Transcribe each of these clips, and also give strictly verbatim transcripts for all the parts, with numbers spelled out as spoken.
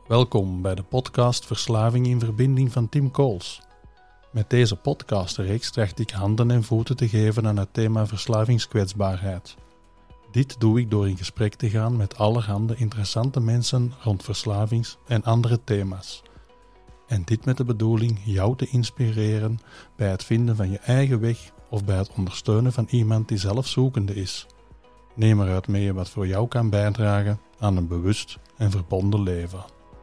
Welkom bij de podcast Verslaving in Verbinding van Tim Kools. Met deze podcastreeks tracht ik handen en voeten te geven aan het thema verslavingskwetsbaarheid. Dit doe ik door in gesprek te gaan met allerhande interessante mensen rond verslavings- en andere thema's. En dit met de bedoeling jou te inspireren bij het vinden van je eigen weg of bij het ondersteunen van iemand die zelf zoekende is. Neem eruit mee wat voor jou kan bijdragen aan een bewust en verbonden leven.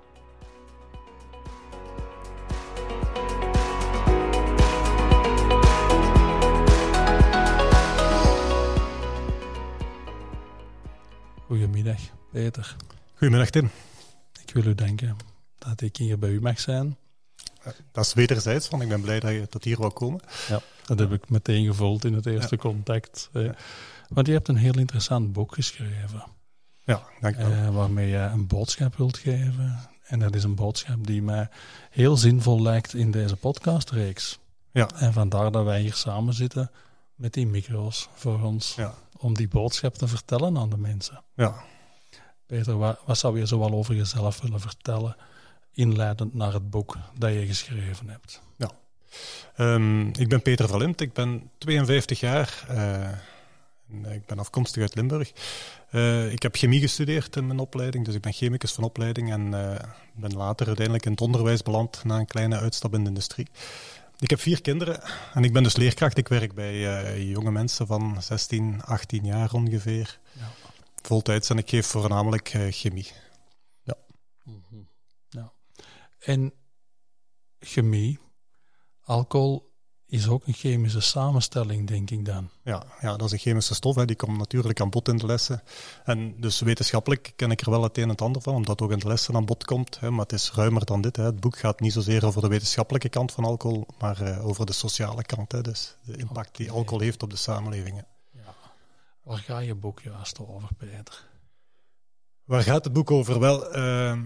Goedemiddag, Peter. Goedemiddag, Tim. Ik wil u danken dat ik hier bij u mag zijn. Dat is wederzijds, want ik ben blij dat je tot hier wou komen. Ja, dat heb ik meteen gevoeld in het eerste ja. contact. Eh, Ja. Want je hebt een heel interessant boek geschreven. Ja, dank je wel. Eh, waarmee je een boodschap wilt geven. En dat is een boodschap die mij heel zinvol lijkt in deze podcastreeks. Ja. En vandaar dat wij hier samen zitten met die micro's voor ons. Ja. Om die boodschap te vertellen aan de mensen. Ja. Peter, wat, wat zou je zoal over jezelf willen vertellen, inleidend naar het boek dat je geschreven hebt? Ja. Um, ik ben Peter Verlint, ik ben tweeënvijftig jaar. Uh, ik ben afkomstig uit Limburg. Uh, ik heb chemie gestudeerd in mijn opleiding, dus ik ben chemicus van opleiding en uh, ben later uiteindelijk in het onderwijs beland na een kleine uitstap in de industrie. Ik heb vier kinderen en ik ben dus leerkracht. Ik werk bij uh, jonge mensen van zestien, achttien jaar ongeveer. Ja. Voltijds en ik geef voornamelijk uh, chemie. Ja. Mm-hmm. Ja. En chemie, alcohol is ook een chemische samenstelling, denk ik dan. Ja, ja, dat is een chemische stof, hè. Die komt natuurlijk aan bod in de lessen. En dus wetenschappelijk ken ik er wel het een en het ander van, omdat het ook in de lessen aan bod komt. Hè. Maar het is ruimer dan dit. Hè. Het boek gaat niet zozeer over de wetenschappelijke kant van alcohol, maar uh, over de sociale kant. Hè. Dus de impact okay. die alcohol heeft op de samenleving. Hè. Ja. Waar gaat je boek juist over, Peter? Waar gaat het boek over? Wel... Uh,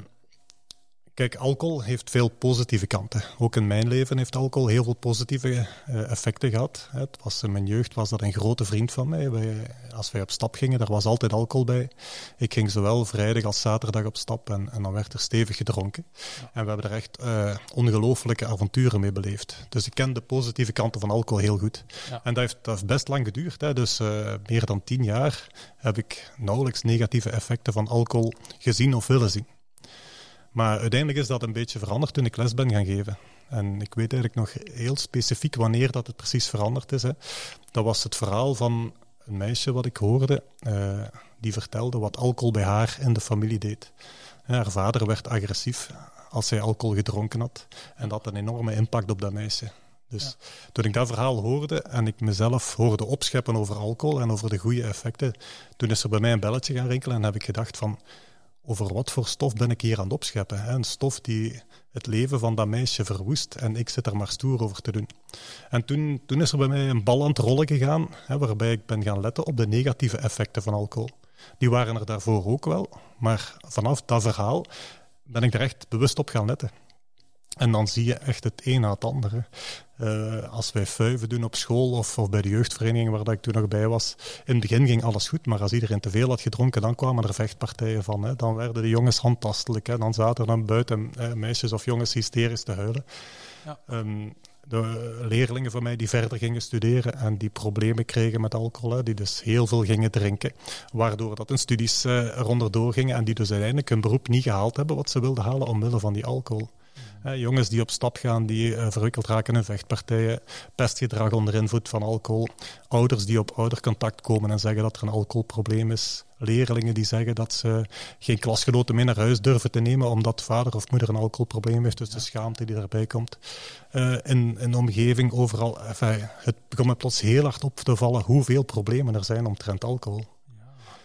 Kijk, alcohol heeft veel positieve kanten. Ook in mijn leven heeft alcohol heel veel positieve uh, effecten gehad. Het was, in mijn jeugd was dat een grote vriend van mij. Wij, als wij op stap gingen, daar was altijd alcohol bij. Ik ging zowel vrijdag als zaterdag op stap en, en dan werd er stevig gedronken. Ja. En we hebben er echt uh, ongelooflijke avonturen mee beleefd. Dus ik ken de positieve kanten van alcohol heel goed. Ja. En dat heeft, dat heeft best lang geduurd. Hè. Dus uh, meer dan tien jaar heb ik nauwelijks negatieve effecten van alcohol gezien of willen zien. Maar uiteindelijk is dat een beetje veranderd toen ik les ben gaan geven. En ik weet eigenlijk nog heel specifiek wanneer dat het precies veranderd is. Hè. Dat was het verhaal van een meisje wat ik hoorde, uh, die vertelde wat alcohol bij haar in de familie deed. En haar vader werd agressief als hij alcohol gedronken had. En dat had een enorme impact op dat meisje. Dus ja. Toen ik dat verhaal hoorde en ik mezelf hoorde opscheppen over alcohol en over de goede effecten, toen is er bij mij een belletje gaan rinkelen en heb ik gedacht van... Over wat voor stof ben ik hier aan het opscheppen? Hè? Een stof die het leven van dat meisje verwoest en ik zit er maar stoer over te doen. En toen, toen is er bij mij een bal aan het rollen gegaan, hè, waarbij ik ben gaan letten op de negatieve effecten van alcohol. Die waren er daarvoor ook wel, maar vanaf dat verhaal ben ik er echt bewust op gaan letten. En dan zie je echt het een na het andere. Uh, als wij fuiven doen op school of, of bij de jeugdvereniging waar dat ik toen nog bij was, in het begin ging alles goed, maar als iedereen te veel had gedronken, dan kwamen er vechtpartijen van. Hè. Dan werden de jongens handtastelijk. Hè. Dan zaten er dan buiten hè, meisjes of jongens hysterisch te huilen. Ja. Um, de leerlingen van mij die verder gingen studeren en die problemen kregen met alcohol, hè, die dus heel veel gingen drinken, waardoor dat hun studies uh, eronder doorgingen en die dus uiteindelijk hun beroep niet gehaald hebben wat ze wilden halen omwille van die alcohol. He, jongens die op stap gaan, die uh, verwikkeld raken in vechtpartijen, pestgedrag onder invloed van alcohol, ouders die op oudercontact komen en zeggen dat er een alcoholprobleem is, leerlingen die zeggen dat ze geen klasgenoten mee naar huis durven te nemen omdat vader of moeder een alcoholprobleem heeft, dus de schaamte die daarbij komt. Uh, in, in de omgeving, overal, enfin, het begon me plots heel hard op te vallen hoeveel problemen er zijn omtrent alcohol. Ja.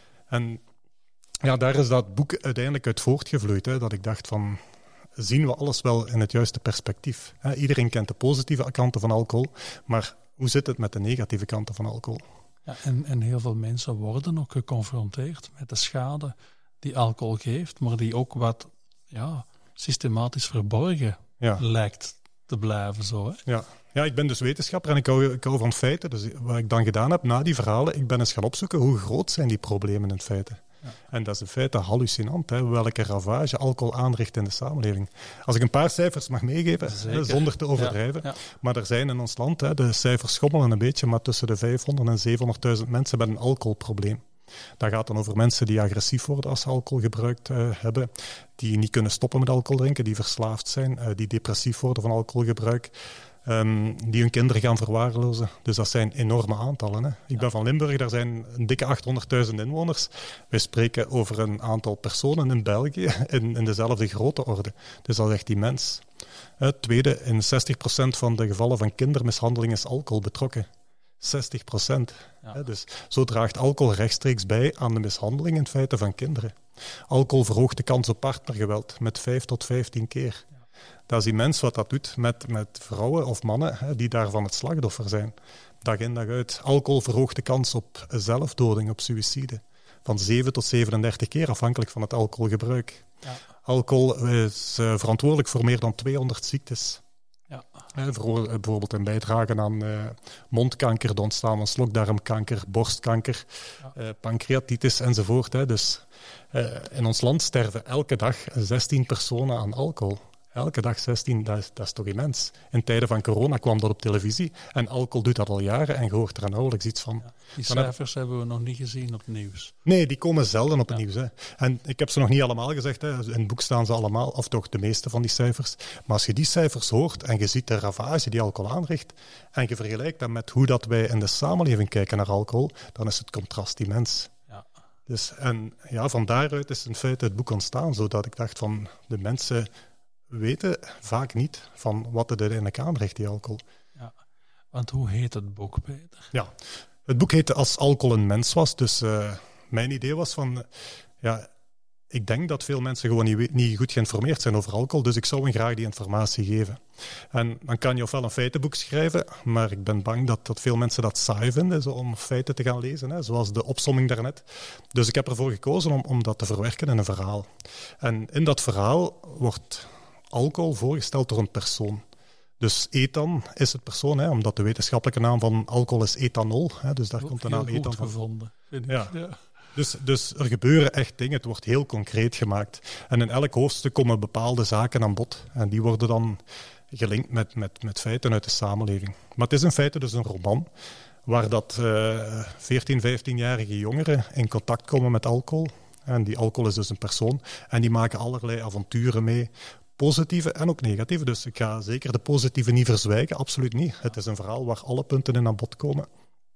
En ja, daar is dat boek uiteindelijk uit voortgevloeid, hè, dat ik dacht van... zien we alles wel in het juiste perspectief. He, iedereen kent de positieve kanten van alcohol, maar hoe zit het met de negatieve kanten van alcohol? Ja, en, en heel veel mensen worden ook geconfronteerd met de schade die alcohol geeft, maar die ook wat ja, systematisch verborgen ja. lijkt te blijven. Zo, hè? Ja. ja, ik ben dus wetenschapper en ik hou, ik hou van feiten. Dus wat ik dan gedaan heb na die verhalen, ik ben eens gaan opzoeken hoe groot zijn die problemen in feite. Ja. En dat is in feite hallucinant, hè, welke ravage alcohol aanricht in de samenleving. Als ik een paar cijfers mag meegeven, hè, zonder te overdrijven. Ja, ja. Maar er zijn in ons land, hè, de cijfers schommelen een beetje, maar tussen de vijfhonderd en zevenhonderdduizend mensen met een alcoholprobleem. Dat gaat dan over mensen die agressief worden als ze alcohol gebruikt uh, hebben, die niet kunnen stoppen met alcohol drinken, die verslaafd zijn, uh, die depressief worden van alcoholgebruik, um, die hun kinderen gaan verwaarlozen. Dus dat zijn enorme aantallen. Hè. Ik ja. ben van Limburg, daar zijn een dikke achthonderdduizend inwoners. Wij spreken over een aantal personen in België in, in dezelfde grote orde. Dus dat is echt immens. Het tweede, in zestig procent van de gevallen van kindermishandeling is alcohol betrokken. zestig procent. Ja. Dus zo draagt alcohol rechtstreeks bij aan de mishandeling in feite van kinderen. Alcohol verhoogt de kans op partnergeweld met vijf tot vijftien keer. Ja. Dat is immens wat dat doet met, met vrouwen of mannen hè, die daarvan het slachtoffer zijn. Dag in dag uit. Alcohol verhoogt de kans op zelfdoding, op suïcide. Van zeven tot zevenendertig keer afhankelijk van het alcoholgebruik. Ja. Alcohol is uh, verantwoordelijk voor meer dan tweehonderd ziektes. Ja. Eh, bijvoorbeeld een bijdrage aan uh, mondkanker, de ontstaan van slokdarmkanker, borstkanker, ja. uh, pancreatitis enzovoort. Hè. Dus uh, in ons land sterven elke dag zestien personen aan alcohol. Elke dag zestien, dat is, dat is toch immens. In tijden van corona kwam dat op televisie en alcohol doet dat al jaren en je hoort er nauwelijks iets van. Ja, die cijfers heb... hebben we nog niet gezien op het nieuws. Nee, die komen zelden op het ja. nieuws. Hè. En ik heb ze nog niet allemaal gezegd. Hè. In het boek staan ze allemaal, of toch de meeste van die cijfers. Maar als je die cijfers hoort en je ziet de ravage die alcohol aanricht en je vergelijkt dat met hoe dat wij in de samenleving kijken naar alcohol, dan is het contrast immens. Ja. Dus, en ja, van daaruit is in feite het boek ontstaan, zodat ik dacht van de mensen weten vaak niet van wat het uiteindelijk aanricht, die alcohol. Ja, want hoe heet het boek, Peter? Ja, het boek heette Als alcohol een mens was. Dus uh, mijn idee was van, uh, ja, ik denk dat veel mensen gewoon niet, niet goed geïnformeerd zijn over alcohol, dus ik zou hen graag die informatie geven. En dan kan je ofwel een feitenboek schrijven, maar ik ben bang dat, dat veel mensen dat saai vinden, zo, om feiten te gaan lezen, hè, zoals de opsomming daarnet. Dus ik heb ervoor gekozen om, om dat te verwerken in een verhaal. En in dat verhaal wordt alcohol voorgesteld door een persoon. Dus ethan is het persoon, hè, omdat de wetenschappelijke naam van alcohol is ethanol. Hè, dus daar Ook komt de naam heel ethan goed van. Gevonden, vind ik. Ja. Ja. Dus, dus er gebeuren echt dingen, het wordt heel concreet gemaakt. En in elk hoofdstuk komen bepaalde zaken aan bod. En die worden dan gelinkt met, met, met feiten uit de samenleving. Maar het is in feite dus een roman waar dat uh, veertien, vijftienjarige jongeren in contact komen met alcohol. En die alcohol is dus een persoon. En die maken allerlei avonturen mee. Positieve en ook negatieve. Dus ik ga zeker de positieve niet verzwijgen, absoluut niet. Het is een verhaal waar alle punten in aan bod komen.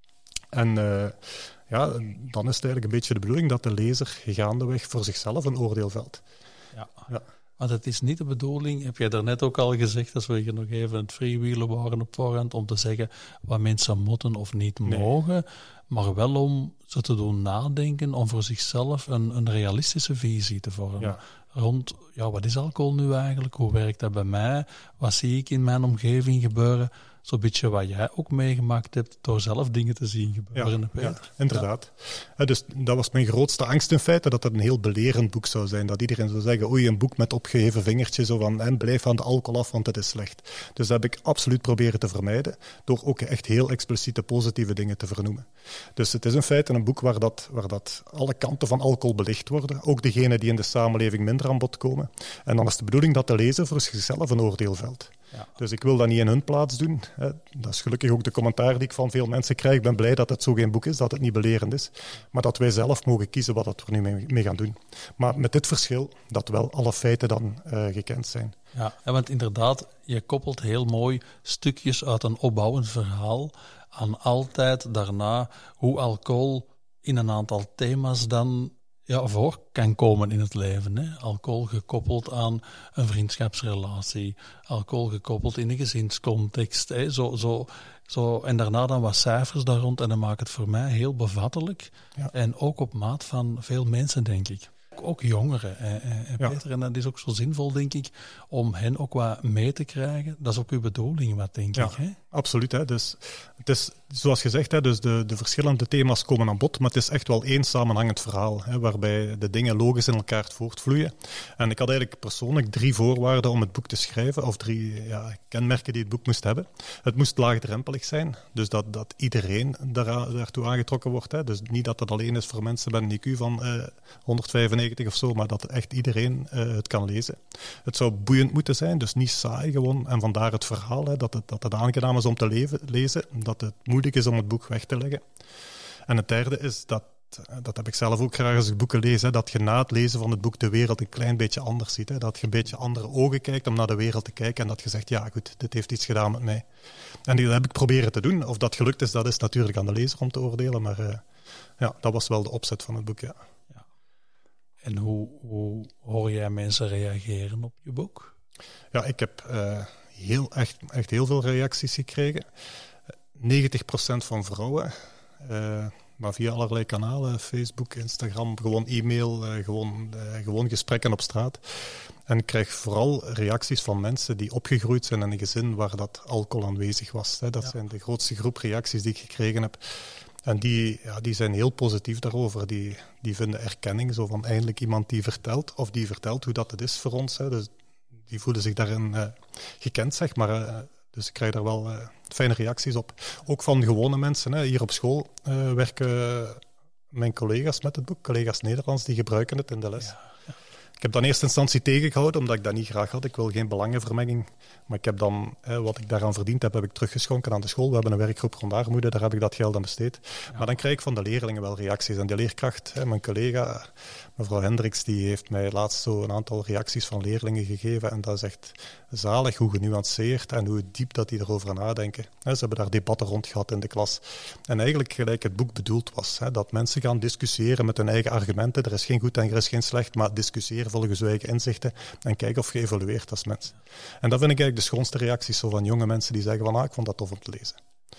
En uh, ja, dan is het eigenlijk een beetje de bedoeling dat de lezer gaandeweg voor zichzelf een oordeel velt. Ja. Ja. Want het is niet de bedoeling, heb jij daarnet ook al gezegd, als we hier nog even het freewheelen waren op voorhand, om te zeggen wat mensen moeten of niet mogen, nee. maar wel om ze te doen nadenken, om voor zichzelf een, een realistische visie te vormen. Ja. Rond, ja, wat is alcohol nu eigenlijk? Hoe werkt dat bij mij? Wat zie ik in mijn omgeving gebeuren? Zo'n beetje wat jij ook meegemaakt hebt door zelf dingen te zien gebeuren. Ja, ja inderdaad. Ja. Dus dat was mijn grootste angst in feite, dat het een heel belerend boek zou zijn. Dat iedereen zou zeggen, oei, een boek met opgeheven vingertje, zo van, en blijf van de alcohol af, want het is slecht. Dus dat heb ik absoluut proberen te vermijden, door ook echt heel expliciete positieve dingen te vernoemen. Dus het is in feite een boek waar, dat, waar dat alle kanten van alcohol belicht worden, ook degenen die in de samenleving minder aan bod komen. En dan is de bedoeling dat de lezer voor zichzelf een oordeel velt. Ja. Dus ik wil dat niet in hun plaats doen. Dat is gelukkig ook de commentaar die ik van veel mensen krijg. Ik ben blij dat het zo geen boek is, dat het niet belerend is. Maar dat wij zelf mogen kiezen wat we er nu mee gaan doen. Maar met dit verschil dat wel alle feiten dan uh, gekend zijn. Ja, want inderdaad, je koppelt heel mooi stukjes uit een opbouwend verhaal aan altijd daarna hoe alcohol in een aantal thema's dan ja, voor kan komen in het leven. Hè. Alcohol gekoppeld aan een vriendschapsrelatie. Alcohol gekoppeld in een gezinscontext. Hè. Zo, zo, zo. En daarna dan wat cijfers daar rond. En dan maakt het voor mij heel bevattelijk. Ja. En ook op maat van veel mensen, denk ik. Ook jongeren, eh, eh, Peter. Ja. En dat is ook zo zinvol, denk ik, om hen ook wat mee te krijgen. Dat is ook uw bedoeling, wat denk ja, ik. Hè? Absoluut. Hè. Dus het is... zoals gezegd, hè, dus de, de verschillende thema's komen aan bod, maar het is echt wel één samenhangend verhaal, hè, waarbij de dingen logisch in elkaar voortvloeien. En ik had eigenlijk persoonlijk drie voorwaarden om het boek te schrijven, of drie ja, kenmerken die het boek moest hebben. Het moest laagdrempelig zijn, dus dat, dat iedereen daar, daartoe aangetrokken wordt. Hè. Dus niet dat het alleen is voor mensen met een I Q van uh, honderdvijfennegentig of zo, maar dat echt iedereen uh, het kan lezen. Het zou boeiend moeten zijn, dus niet saai gewoon, en vandaar het verhaal, hè, dat, het, dat het aangenaam is om te leven, lezen, dat het moeilijk is om het boek weg te leggen. En het derde is dat, dat heb ik zelf ook graag als ik boeken lees, hè, dat je na het lezen van het boek de wereld een klein beetje anders ziet. Hè, dat je een beetje andere ogen kijkt om naar de wereld te kijken en dat je zegt, ja goed, dit heeft iets gedaan met mij. En dat heb ik proberen te doen. Of dat gelukt is, dat is natuurlijk aan de lezer om te oordelen, maar uh, ja, dat was wel de opzet van het boek, ja. ja. En hoe, hoe hoor jij mensen reageren op je boek? Ja, ik heb uh, heel, echt, echt heel veel reacties gekregen. negentig procent van vrouwen, uh, maar via allerlei kanalen, Facebook, Instagram, gewoon e-mail, uh, gewoon, uh, gewoon gesprekken op straat. En ik krijg vooral reacties van mensen die opgegroeid zijn in een gezin waar dat alcohol aanwezig was. Hè. Dat ja. zijn de grootste groep reacties die ik gekregen heb. En die, ja, die zijn heel positief daarover. Die, die vinden erkenning, zo van eindelijk iemand die vertelt, of die vertelt hoe dat het is voor ons. Hè. Dus die voelen zich daarin uh, gekend, zeg maar. Uh, Dus ik krijg daar wel uh, fijne reacties op. Ook van gewone mensen. Hè. Hier op school uh, werken mijn collega's met het boek, collega's Nederlands, die gebruiken het in de les. Ja, ja. Ik heb dan in eerste instantie tegengehouden, omdat ik dat niet graag had. Ik wil geen belangenvermenging. Maar ik heb dan, hè, wat ik daaraan verdiend heb, heb ik teruggeschonken aan de school. We hebben een werkgroep rond armoede, daar heb ik dat geld aan besteed. Ja. Maar dan krijg ik van de leerlingen wel reacties. En die leerkracht, hè, mijn collega, mevrouw Hendricks, die heeft mij laatst zo een aantal reacties van leerlingen gegeven. En dat is echt zalig hoe genuanceerd en hoe diep dat die erover nadenken. Hè, ze hebben daar debatten rond gehad in de klas. En eigenlijk gelijk het boek bedoeld was. Hè, dat mensen gaan discussiëren met hun eigen argumenten. Er is geen goed en er is geen slecht, maar discussiëren volgens hun eigen inzichten en kijken of je evolueert als mens. En dat vind ik eigenlijk de schoonste reacties zo van jonge mensen die zeggen van ah, ik vond dat tof om te lezen.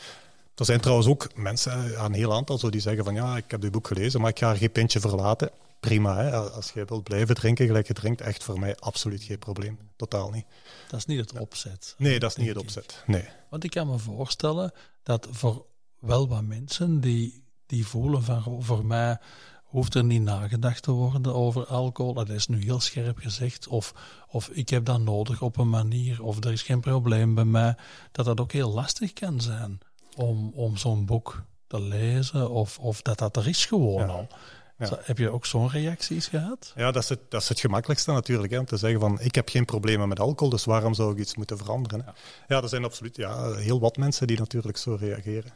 Er zijn trouwens ook mensen, een heel aantal, zo, die zeggen van ja, ik heb dit boek gelezen, maar ik ga er geen pintje verlaten. Prima, hè? Als je wilt blijven drinken gelijk je drinkt, echt voor mij absoluut geen probleem. Totaal niet. Dat is niet het opzet. Nee, dat is niet het opzet. Nee. Want ik kan me voorstellen dat voor wel wat mensen die, die voelen van voor mij hoeft er niet nagedacht te worden over alcohol. Dat is nu heel scherp gezegd. Of, of ik heb dat nodig op een manier. Of er is geen probleem bij mij. Dat dat ook heel lastig kan zijn om, om zo'n boek te lezen. Of, of dat dat er is gewoon ja. al. Ja. Zo, heb je ook zo'n reacties gehad? Ja, dat is het, dat is het gemakkelijkste natuurlijk. Hè, om te zeggen van, ik heb geen problemen met alcohol, dus waarom zou ik iets moeten veranderen? Hè? Ja. ja, er zijn absoluut ja, heel wat mensen die natuurlijk zo reageren.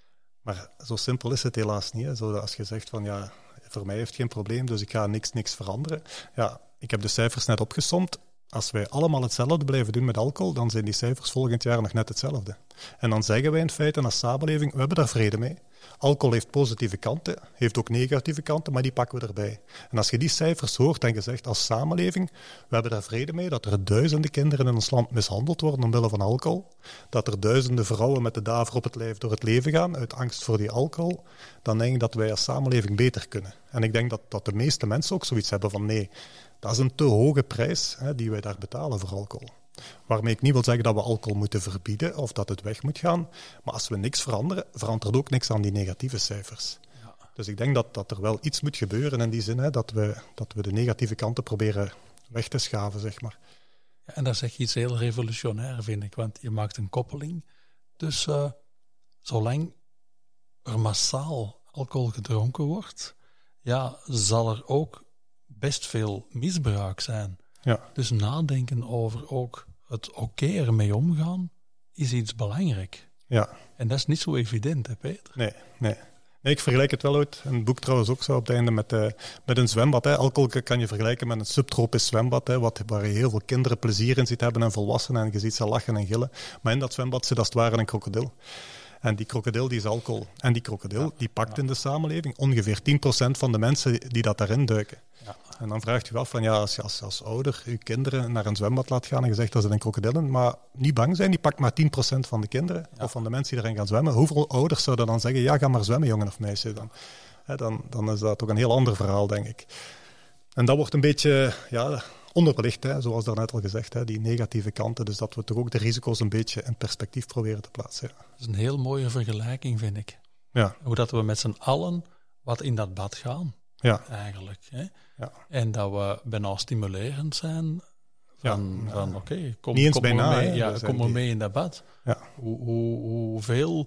Maar zo simpel is het helaas niet. Hè. Zo, als je zegt van, ja, voor mij heeft het geen probleem, dus ik ga niks, niks veranderen. Ja, ik heb de cijfers net opgesomd. Als wij allemaal hetzelfde blijven doen met alcohol, dan zijn die cijfers volgend jaar nog net hetzelfde. En dan zeggen wij in feite als samenleving, we hebben daar vrede mee. Alcohol heeft positieve kanten, heeft ook negatieve kanten, maar die pakken we erbij. En als je die cijfers hoort en je zegt als samenleving, we hebben daar vrede mee dat er duizenden kinderen in ons land mishandeld worden omwille van alcohol, dat er duizenden vrouwen met de daver op het lijf door het leven gaan uit angst voor die alcohol, dan denk ik dat wij als samenleving beter kunnen. En ik denk dat, dat de meeste mensen ook zoiets hebben van nee, dat is een te hoge prijs hè, die wij daar betalen voor alcohol. Waarmee ik niet wil zeggen dat we alcohol moeten verbieden of dat het weg moet gaan. Maar als we niks veranderen, verandert ook niks aan die negatieve cijfers. Ja. Dus ik denk dat, dat er wel iets moet gebeuren in die zin, hè, dat, we, dat we de negatieve kanten proberen weg te schaven, zeg maar. Ja, en daar zeg je iets heel revolutionair, vind ik. Want je maakt een koppeling tussen uh, zolang er massaal alcohol gedronken wordt, ja, zal er ook best veel misbruik zijn. Ja. Dus nadenken over ook het oké ermee omgaan is iets belangrijk. Ja. En dat is niet zo evident, hè Peter? Nee, nee. nee ik vergelijk het wel uit. In het boek trouwens ook zo op het einde met, uh, met een zwembad. Hè. Alcohol kan je vergelijken met een subtropisch zwembad, hè, wat, waar je heel veel kinderen plezier in ziet hebben en volwassenen en je ziet ze lachen en gillen. Maar in dat zwembad zit als het ware een krokodil. En die krokodil die is alcohol. En die krokodil ja, die pakt ja. in de samenleving ongeveer tien procent van de mensen die dat daarin duiken. Ja. En dan vraagt u af van ja, als je als, als ouder je kinderen naar een zwembad laat gaan en je zegt dat ze een krokodil in, maar niet bang zijn, die pakt maar tien procent van de kinderen ja. of van de mensen die erin gaan zwemmen. Hoeveel ouders zouden dan zeggen, ja, ga maar zwemmen, jongen of meisje. Dan, He, dan, dan is dat toch een heel ander verhaal, denk ik. En dat wordt een beetje, ja, onderbelicht, hè, zoals daarnet al gezegd, hè, die negatieve kanten. Dus dat we toch ook de risico's een beetje in perspectief proberen te plaatsen. Ja. Dat is een heel mooie vergelijking, vind ik. Ja. Hoe dat we met z'n allen wat in dat bad gaan, ja. eigenlijk. Hè? Ja. En dat we bijna stimulerend zijn van, ja. van oké, okay, kom, Niet eens kom, bijna, maar mee, hè, ja, kom maar die... mee in dat bad. Ja. Hoe, hoe, hoeveel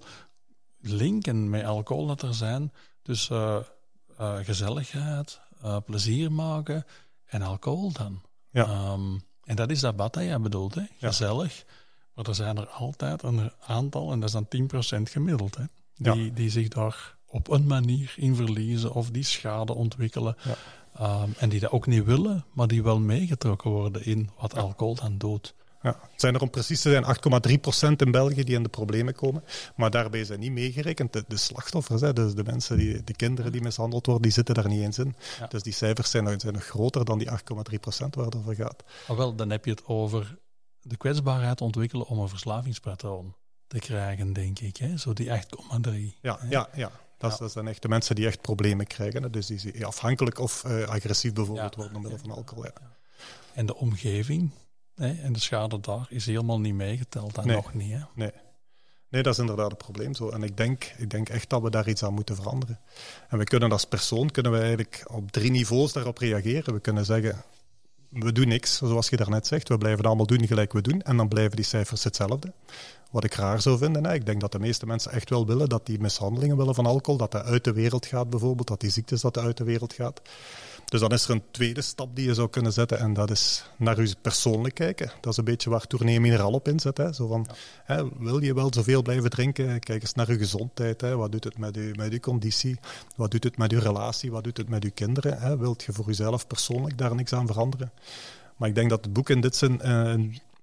linken met alcohol dat er zijn tussen uh, uh, gezelligheid, uh, plezier maken en alcohol dan. Ja. Um, en dat is dat bad dat jij bedoelt, hè? Gezellig. Ja. Maar er zijn er altijd een aantal, en dat is dan tien procent gemiddeld, hè? Die, ja. die zich daar op een manier in verliezen of die schade ontwikkelen. Ja. Um, en die dat ook niet willen, maar die wel meegetrokken worden in wat alcohol dan doet. Ja, het zijn er om precies te zijn acht komma drie procent in België die in de problemen komen. Maar daarbij zijn niet meegerekend de, de slachtoffers. Hè. Dus de mensen, die, de kinderen die mishandeld worden, die zitten daar niet eens in. Ja. Dus die cijfers zijn, zijn nog groter dan die acht komma drie procent waar het over gaat. Maar wel, dan heb je het over de kwetsbaarheid ontwikkelen om een verslavingspatroon te krijgen, denk ik. Hè? Zo die acht komma drie. Ja, ja, ja. Dat, ja. dat zijn echt de mensen die echt problemen krijgen. Hè. Dus die afhankelijk of uh, agressief bijvoorbeeld ja. worden omwille van alcohol. Ja. En de omgeving... Nee, en de schade daar is helemaal niet meegeteld, dan nee, nog niet. Hè? Nee. nee, dat is inderdaad het probleem zo. En ik denk, ik denk echt dat we daar iets aan moeten veranderen. En we kunnen als persoon kunnen we eigenlijk op drie niveaus daarop reageren. We kunnen zeggen, we doen niks, zoals je daarnet zegt. We blijven allemaal doen gelijk we doen. En dan blijven die cijfers hetzelfde. Wat ik raar zou vinden, hè. Ik denk dat de meeste mensen echt wel willen dat die mishandelingen willen van alcohol, dat dat uit de wereld gaat bijvoorbeeld, dat die ziektes dat dat uit de wereld gaat. Dus dan is er een tweede stap die je zou kunnen zetten en dat is naar je persoonlijk kijken. Dat is een beetje waar Tournee Mineraal op inzet. Hè. Zo van, ja. hè, wil je wel zoveel blijven drinken? Kijk eens naar je gezondheid. Hè. Wat doet het met je, met je conditie? Wat doet het met je relatie? Wat doet het met je kinderen? Hè. Wilt je voor jezelf persoonlijk daar niks aan veranderen? Maar ik denk dat het boek in dit zin... Uh,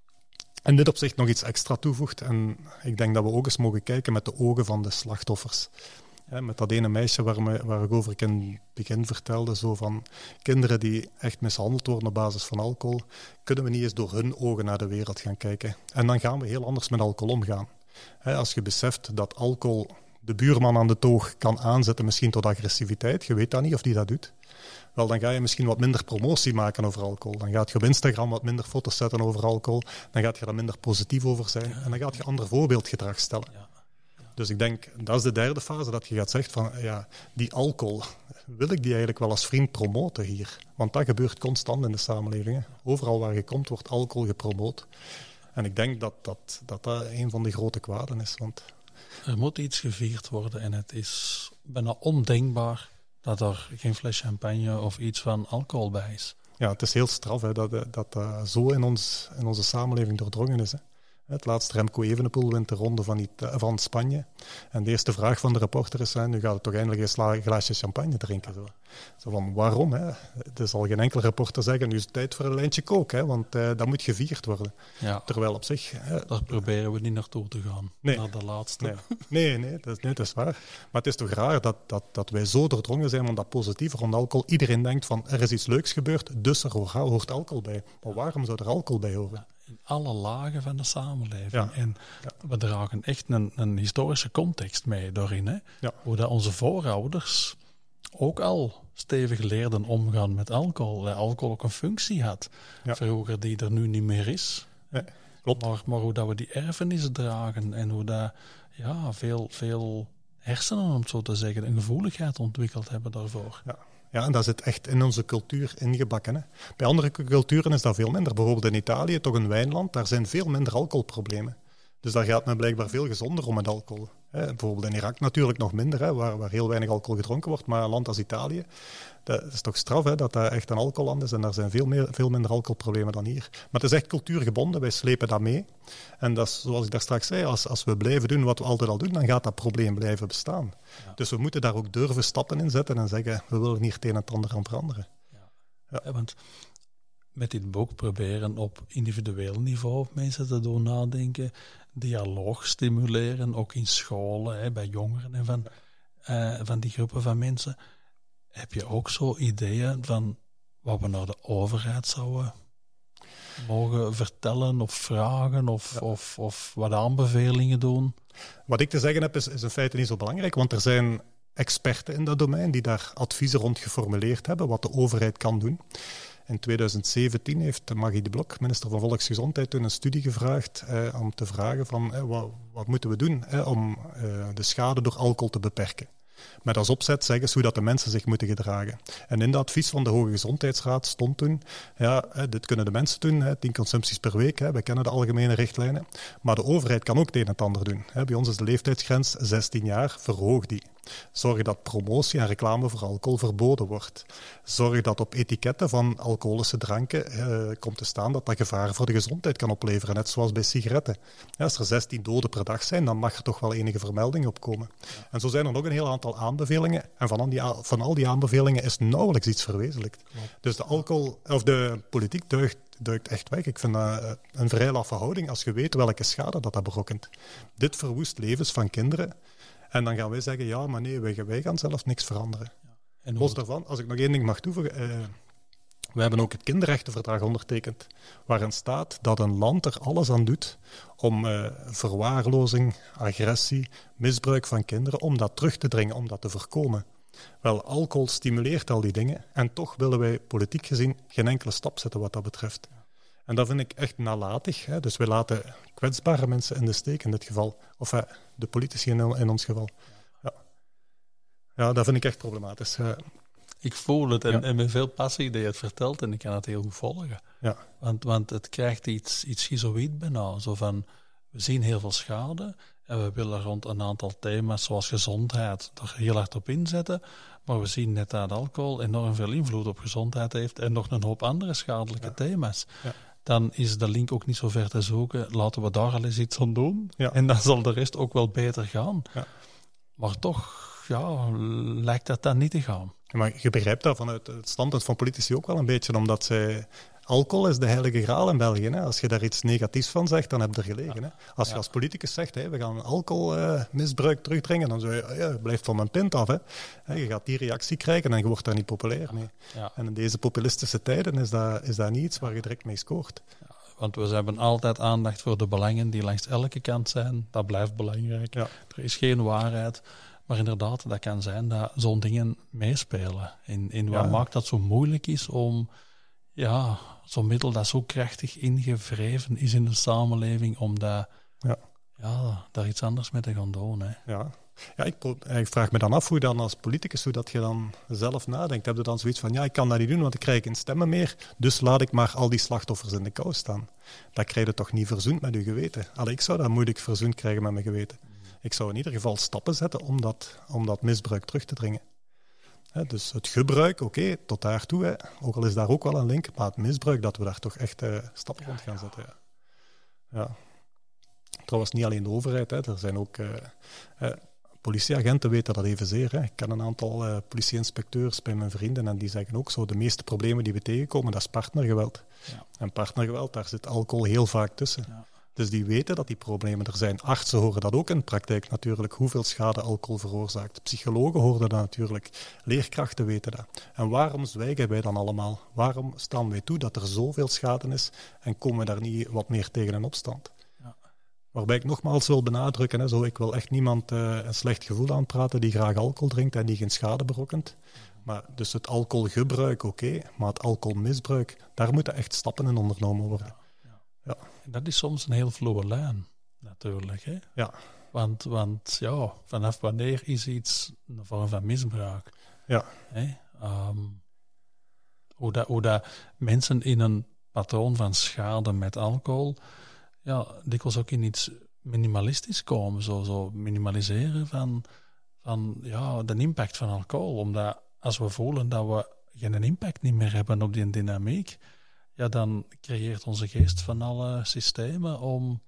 in dit opzicht nog iets extra toevoegt. En ik denk dat we ook eens mogen kijken met de ogen van de slachtoffers. He, met dat ene meisje waar, me, waar ik over in het begin vertelde, zo van kinderen die echt mishandeld worden op basis van alcohol, kunnen we niet eens door hun ogen naar de wereld gaan kijken. En dan gaan we heel anders met alcohol omgaan. He, als je beseft dat alcohol de buurman aan de toog kan aanzetten, misschien tot agressiviteit, je weet dat niet of die dat doet, wel, dan ga je misschien wat minder promotie maken over alcohol. Dan gaat je op Instagram wat minder foto's zetten over alcohol. Dan gaat je er minder positief over zijn. Ja. En dan gaat je ander voorbeeldgedrag stellen. Ja. Ja. Dus ik denk, dat is de derde fase, dat je gaat zeggen van, ja, die alcohol, wil ik die eigenlijk wel als vriend promoten hier? Want dat gebeurt constant in de samenleving. Hè. Overal waar je komt, wordt alcohol gepromoot. En ik denk dat dat, dat, dat een van de grote kwaden is. Want... Er moet iets gevierd worden en het is bijna ondenkbaar dat er geen fles champagne of iets van alcohol bij is. Ja, het is heel straf hè, dat dat, dat uh, zo in, ons, in onze samenleving doordrongen is. Hè. Het laatste Remco Evenepoel wint de ronde van, Ita- van Spanje. En de eerste vraag van de reporter is, nu gaat het toch eindelijk eens een glaasje champagne drinken. Zo, zo van, waarom? Hè? Er zal geen enkele reporter zeggen, nu is het tijd voor een lijntje kook, hè, want uh, dat moet gevierd worden. Ja. Terwijl op zich... Hè, daar proberen we niet naartoe te gaan, nee. naar de laatste. Nee, nee, nee, dat, is, nee, dat is waar. Maar het is toch raar dat, dat, dat wij zo doordrongen zijn van dat positieve rond alcohol. Iedereen denkt van, er is iets leuks gebeurd, dus er hoort alcohol bij. Maar waarom zou er alcohol bij horen? In alle lagen van de samenleving. Ja. En ja. we dragen echt een, een historische context mee daarin. Hè? Ja. Hoe dat onze voorouders ook al stevig leerden omgaan met alcohol. Dat alcohol ook een functie had. Ja. Vroeger die er nu niet meer is. Ja, klopt. Maar, maar hoe dat we die erfenis dragen en hoe dat ja, veel, veel hersenen, om het zo te zeggen, een gevoeligheid ontwikkeld hebben daarvoor. Ja. Ja, en dat zit echt in onze cultuur ingebakken. Hè. Bij andere culturen is dat veel minder. Bijvoorbeeld in Italië, toch een wijnland, daar zijn veel minder alcoholproblemen. Dus daar gaat men blijkbaar veel gezonder om met alcohol. Hè. Bijvoorbeeld in Irak natuurlijk nog minder, hè, waar, waar heel weinig alcohol gedronken wordt. Maar een land als Italië, dat is toch straf hè, dat dat echt een alcoholland is. En daar zijn veel, meer, veel minder alcoholproblemen dan hier. Maar het is echt cultuurgebonden, wij slepen dat mee. En dat is, zoals ik daar straks zei, als, als we blijven doen wat we altijd al doen, dan gaat dat probleem blijven bestaan. Ja. Dus we moeten daar ook durven stappen in zetten en zeggen, we willen hier het een en het ander aan veranderen. Ja. Ja. Ja, want met dit boek proberen op individueel niveau mensen te doen nadenken, dialoog stimuleren, ook in scholen, hè, bij jongeren en van, uh, van die groepen van mensen. Heb je ook zo ideeën van wat we naar de overheid zouden mogen vertellen of vragen of, ja. of, of wat aanbevelingen doen? Wat ik te zeggen heb is, is in feite niet zo belangrijk, want er zijn experten in dat domein die daar adviezen rond geformuleerd hebben, wat de overheid kan doen. In twintig zeventien heeft Magie de Blok, minister van Volksgezondheid, toen een studie gevraagd eh, om te vragen van eh, wat, wat moeten we doen eh, om eh, de schade door alcohol te beperken. Met als opzet zeggen ze hoe dat de mensen zich moeten gedragen. En in dat advies van de Hoge Gezondheidsraad stond toen, ja, dit kunnen de mensen doen, tien consumpties per week, we kennen de algemene richtlijnen, maar de overheid kan ook het een en het ander doen. Bij ons is de leeftijdsgrens zestien jaar, verhoog die. Zorg dat promotie en reclame voor alcohol verboden wordt. Zorg dat op etiketten van alcoholische dranken eh, komt te staan dat dat gevaar voor de gezondheid kan opleveren, net zoals bij sigaretten. Ja, als er zestien doden per dag zijn, dan mag er toch wel enige vermelding op komen. Ja. En zo zijn er nog een heel aantal aanbevelingen. En van al die, van al die aanbevelingen is nauwelijks iets verwezenlijkt. Ja. Dus de alcohol, of de politiek duikt, duikt echt weg. Ik vind dat een vrij laffe houding als je weet welke schade dat, dat berokkent. Dit verwoest levens van kinderen. En dan gaan wij zeggen, ja, maar nee, wij, wij gaan zelf niks veranderen. Ja. En los daarvan, als ik nog één ding mag toevoegen, eh, we hebben ook het kinderrechtenverdrag ondertekend, waarin staat dat een land er alles aan doet om eh, verwaarlozing, agressie, misbruik van kinderen, om dat terug te dringen, om dat te voorkomen. Wel, alcohol stimuleert al die dingen en toch willen wij politiek gezien geen enkele stap zetten wat dat betreft. En dat vind ik echt nalatig. Hè. Dus we laten kwetsbare mensen in de steek in dit geval. Of hè, de politici in, in ons geval. Ja. ja, dat vind ik echt problematisch. Uh, ik voel het en, ja. en met veel passie dat je het vertelt en ik kan het heel goed volgen. Ja. Want, want het krijgt iets, iets schizoïd bijna. Zo van, we zien heel veel schade en we willen rond een aantal thema's zoals gezondheid er heel hard op inzetten. Maar we zien net dat alcohol enorm veel invloed op gezondheid heeft en nog een hoop andere schadelijke ja. thema's. Ja. Dan is de link ook niet zo ver te zoeken. Laten we daar al eens iets aan doen. Ja. En dan zal de rest ook wel beter gaan. Ja. Maar toch ja, lijkt dat dan niet te gaan. Ja, maar je begrijpt dat vanuit het standpunt van politici ook wel een beetje, omdat zij... Alcohol is de heilige graal in België. Hè. Als je daar iets negatiefs van zegt, dan heb je er gelegen. Ja. Hè. Als je ja. als politicus zegt, hè, we gaan alcoholmisbruik uh, terugdringen, dan zeg je, ja, blijft van mijn pint af. Hè. Hè, je gaat die reactie krijgen en je wordt daar niet populair mee. Ja. En in deze populistische tijden is dat, is dat niet iets waar je direct mee scoort. Ja, want we hebben altijd aandacht voor de belangen die langs elke kant zijn. Dat blijft belangrijk. Ja. Er is geen waarheid. Maar inderdaad, dat kan zijn dat zo'n dingen meespelen. En, en wat ja. maakt dat zo moeilijk is om... Ja, zo'n middel dat zo krachtig ingevreven is in de samenleving, om dat, ja. Ja, daar iets anders mee te gaan doen. Hè. Ja, ja ik, ik vraag me dan af hoe je dan als politicus, hoe dat je dan zelf nadenkt. Heb je dan zoiets van, ja, ik kan dat niet doen, want ik krijg geen stemmen meer, dus laat ik maar al die slachtoffers in de kou staan. Dat krijg je toch niet verzoend met je geweten? Allee, ik zou dat moeilijk verzoend krijgen met mijn geweten. Ik zou in ieder geval stappen zetten om dat, om dat misbruik terug te dringen. He, dus het gebruik, oké, okay, tot daartoe, hè. Ook al is daar ook wel een link, maar het misbruik, dat we daar toch echt uh, stappen rond gaan zetten. Ja. Ja. Trouwens, niet alleen de overheid, hè. Er zijn ook uh, uh, politieagenten weten dat evenzeer. Hè. Ik ken een aantal uh, politieinspecteurs bij mijn vrienden en die zeggen ook zo, de meeste problemen die we tegenkomen, dat is partnergeweld. Ja. En partnergeweld, daar zit alcohol heel vaak tussen. Ja. Dus die weten dat die problemen er zijn. Artsen horen dat ook in de praktijk natuurlijk, hoeveel schade alcohol veroorzaakt. Psychologen horen dat natuurlijk. Leerkrachten weten dat. En waarom zwijgen wij dan allemaal? Waarom staan wij toe dat er zoveel schade is en komen we daar niet wat meer tegen in opstand? Ja. Waarbij ik nogmaals wil benadrukken, hè, zo, ik wil echt niemand uh, een slecht gevoel aanpraten die graag alcohol drinkt en die geen schade berokkent. Maar dus het alcoholgebruik, oké, okay, maar het alcoholmisbruik, daar moeten echt stappen in ondernomen worden. Ja. Ja. Dat is soms een heel vloe lijn, natuurlijk. Hè? Ja. Want, want ja, vanaf wanneer is iets een vorm van misbruik? Ja. Hè? Um, hoe, dat, hoe dat mensen in een patroon van schade met alcohol, ja, dikwijls ook in iets minimalistisch komen. Zo, zo minimaliseren van, van ja, de impact van alcohol. Omdat als we voelen dat we geen impact niet meer hebben op die dynamiek, ja, dan creëert onze geest van alle systemen om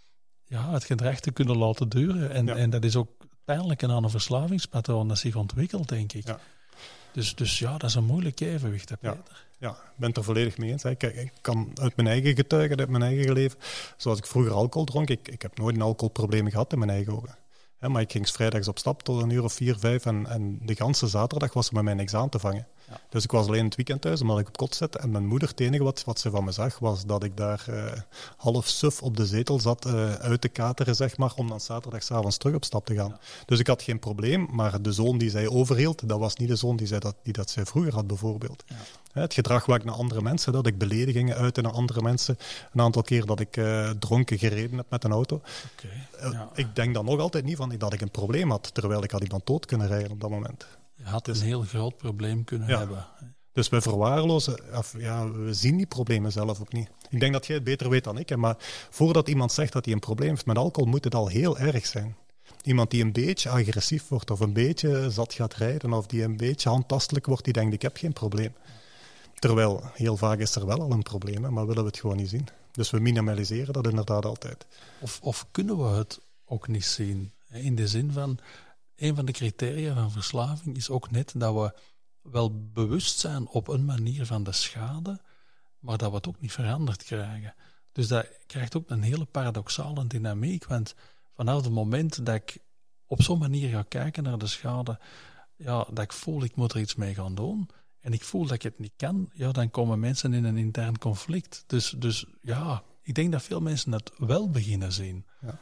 ja, het gedrag te kunnen laten duren. En, ja. en dat is ook pijnlijk aan een verslavingspatroon dat zich ontwikkelt, denk ik. Ja. Dus, dus ja, dat is een moeilijk evenwicht, hè, Peter. Ja, ja, ik ben het er volledig mee eens. Hè. Kijk, ik kan uit mijn eigen getuigen, uit mijn eigen leven, zoals ik vroeger alcohol dronk, ik, ik heb nooit een alcoholprobleem gehad in mijn eigen ogen. Hè, maar ik ging vrijdags op stap tot een uur of vier, vijf en, en de ganse zaterdag was er met mijn examen te vangen. Ja. Dus ik was alleen het weekend thuis, omdat ik op kot zette. En mijn moeder, het enige wat, wat ze van me zag, was dat ik daar uh, half suf op de zetel zat uh, uit te kateren, zeg maar, om dan zaterdagavond terug op stap te gaan. Ja. Dus ik had geen probleem, maar de zoon die zij overhield, dat was niet de zoon die, zij dat, die dat zij vroeger had, bijvoorbeeld. Ja. Het gedrag waar ik naar andere mensen, dat ik beledigingen uitte naar andere mensen. Een aantal keer dat ik uh, dronken gereden heb met een auto. Okay, ja. uh, ik denk dan nog altijd niet van dat ik een probleem had, terwijl ik had iemand dood kunnen rijden op dat moment. Je had dus, een heel groot probleem kunnen ja. hebben. Dus we verwaarlozen, of, ja, we zien die problemen zelf ook niet. Ik denk dat jij het beter weet dan ik, hè, maar voordat iemand zegt dat hij een probleem heeft met alcohol, moet het al heel erg zijn. Iemand die een beetje agressief wordt, of een beetje zat gaat rijden, of die een beetje handtastelijk wordt, die denkt, ik heb geen probleem. Terwijl, heel vaak is er wel al een probleem, hè, maar willen we het gewoon niet zien. Dus we minimaliseren dat inderdaad altijd. Of, of kunnen we het ook niet zien? In de zin van, een van de criteria van verslaving is ook net dat we wel bewust zijn op een manier van de schade, maar dat we het ook niet veranderd krijgen. Dus dat krijgt ook een hele paradoxale dynamiek, want vanaf het moment dat ik op zo'n manier ga kijken naar de schade, ja, dat ik voel, ik moet er iets mee gaan doen, en ik voel dat ik het niet kan, ja, dan komen mensen in een intern conflict. Dus, dus ja, ik denk dat veel mensen dat wel beginnen zien. Ja.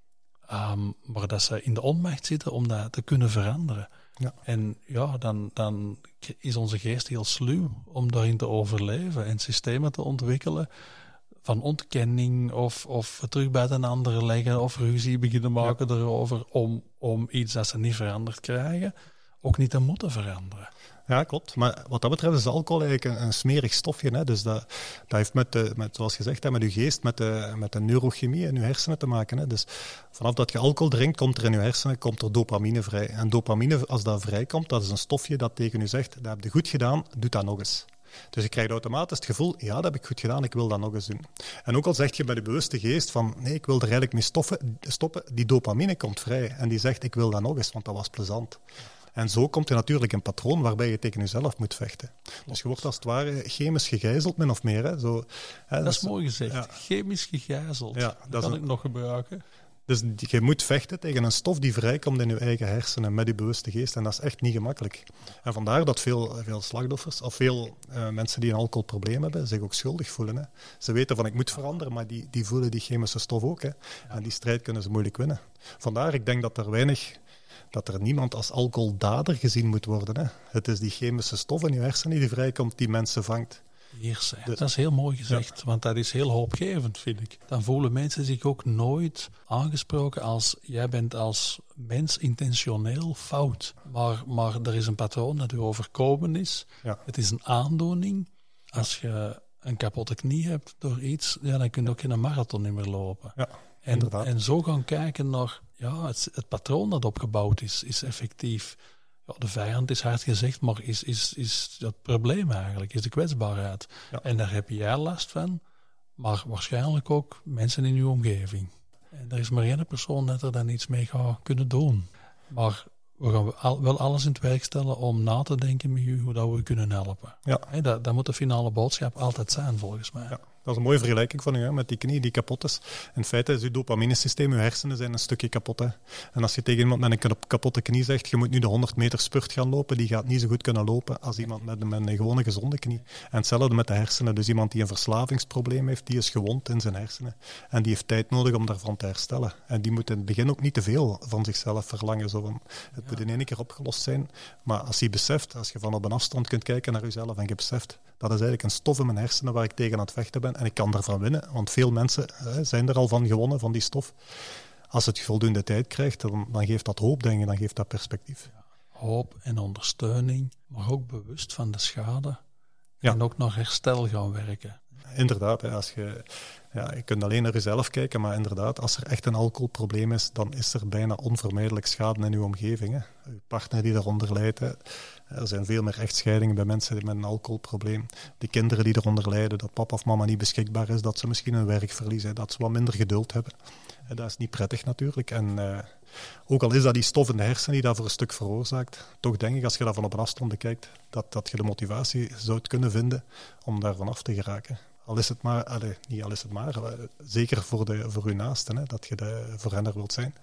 Um, maar dat ze in de onmacht zitten om dat te kunnen veranderen. Ja. En ja, dan, dan is onze geest heel sluw om daarin te overleven en systemen te ontwikkelen van ontkenning of, of terug bij een ander leggen of ruzie beginnen maken ja. erover om, om iets dat ze niet veranderd krijgen ook niet te moeten veranderen. Ja, klopt. Maar wat dat betreft is alcohol eigenlijk een, een smerig stofje. Hè? Dus dat, dat heeft met, de, met, zoals gezegd, hè, met je geest, met de, met de neurochemie in je hersenen te maken. Hè? Dus vanaf dat je alcohol drinkt, komt er in je hersenen komt er dopamine vrij. En dopamine, als dat vrijkomt, dat is een stofje dat tegen je zegt, dat heb je goed gedaan, doe dat nog eens. Dus je krijgt automatisch het gevoel, ja, dat heb ik goed gedaan, ik wil dat nog eens doen. En ook al zeg je bij de bewuste geest van, nee, ik wil er eigenlijk mee stoppen, stoppen, die dopamine komt vrij. En die zegt, ik wil dat nog eens, want dat was plezant. En zo komt er natuurlijk een patroon waarbij je tegen jezelf moet vechten. Dus je wordt als het ware chemisch gegijzeld, min of meer. Hè. Zo, hè, dat is dus, mooi gezegd. Ja. Chemisch gegijzeld. Ja, dat, dat kan een... ik nog gebruiken. Dus je moet vechten tegen een stof die vrijkomt in je eigen hersenen met je bewuste geest. En dat is echt niet gemakkelijk. En vandaar dat veel, veel slachtoffers, of veel uh, mensen die een alcoholprobleem hebben, zich ook schuldig voelen. Hè. Ze weten van ik moet veranderen, maar die, die voelen die chemische stof ook. Hè. En die strijd kunnen ze moeilijk winnen. Vandaar, ik denk dat er weinig... dat er niemand als alcoholdader gezien moet worden. Hè. Het is die chemische stof in je hersenen die vrijkomt, die mensen vangt. Heersen. Dus, dat is heel mooi gezegd, ja. Want dat is heel hoopgevend, vind ik. Dan voelen mensen zich ook nooit aangesproken als jij bent als mens intentioneel fout. Maar, maar er is een patroon dat u overkomen is. Ja. Het is een aandoening. Als je een kapotte knie hebt door iets, ja, dan kun je ook in een marathon niet meer lopen. Ja, en, en zo gaan kijken naar ja, het, het patroon dat opgebouwd is, is effectief. Ja, de vijand is hard gezegd, maar is, is, is het probleem eigenlijk, is de kwetsbaarheid. Ja. En daar heb jij last van, maar waarschijnlijk ook mensen in uw omgeving. En er is maar één persoon dat er dan iets mee gaat kunnen doen. Maar we gaan al, wel alles in het werk stellen om na te denken met u hoe dat we u kunnen helpen. Ja. He, dat, dat moet de finale boodschap altijd zijn, volgens mij. Ja. Dat is een mooie vergelijking van u, hè, met die knie die kapot is. In feite is uw dopaminesysteem, uw hersenen zijn een stukje kapot. Hè. En als je tegen iemand met een kapotte knie zegt, je moet nu de honderd meter spurt gaan lopen, die gaat niet zo goed kunnen lopen als iemand met een, met een gewone gezonde knie. En hetzelfde met de hersenen. Dus iemand die een verslavingsprobleem heeft, die is gewond in zijn hersenen. En die heeft tijd nodig om daarvan te herstellen. En die moet in het begin ook niet te veel van zichzelf verlangen. Zo van, het moet in één keer opgelost zijn. Maar als je beseft, als je van op een afstand kunt kijken naar jezelf en je beseft, dat is eigenlijk een stof in mijn hersenen waar ik tegen aan het vechten ben. En ik kan daarvan winnen, want veel mensen hè, zijn er al van gewonnen, van die stof. Als het voldoende tijd krijgt, dan, dan geeft dat hoop, denk ik, dan geeft dat perspectief. Ja, hoop en ondersteuning, maar ook bewust van de schade. Ja. En ook naar herstel gaan werken. Inderdaad, hè, als je, ja, je kunt alleen naar jezelf kijken, maar inderdaad, als er echt een alcoholprobleem is, dan is er bijna onvermijdelijk schade in uw omgeving. Hè. Uw partner die daaronder lijdt. Hè. Er zijn veel meer echtscheidingen bij mensen met een alcoholprobleem. De kinderen die eronder lijden, dat papa of mama niet beschikbaar is, dat ze misschien hun werk verliezen, dat ze wat minder geduld hebben. En dat is niet prettig natuurlijk. En uh, ook al is dat die stof in de hersenen die dat voor een stuk veroorzaakt, toch denk ik, als je dat van op een afstand bekijkt, dat, dat je de motivatie zou kunnen vinden om daarvan af te geraken. Al is het maar, allez, niet al is het maar, zeker voor, de, voor uw naasten, hè, dat je de, voor hen er wilt zijn.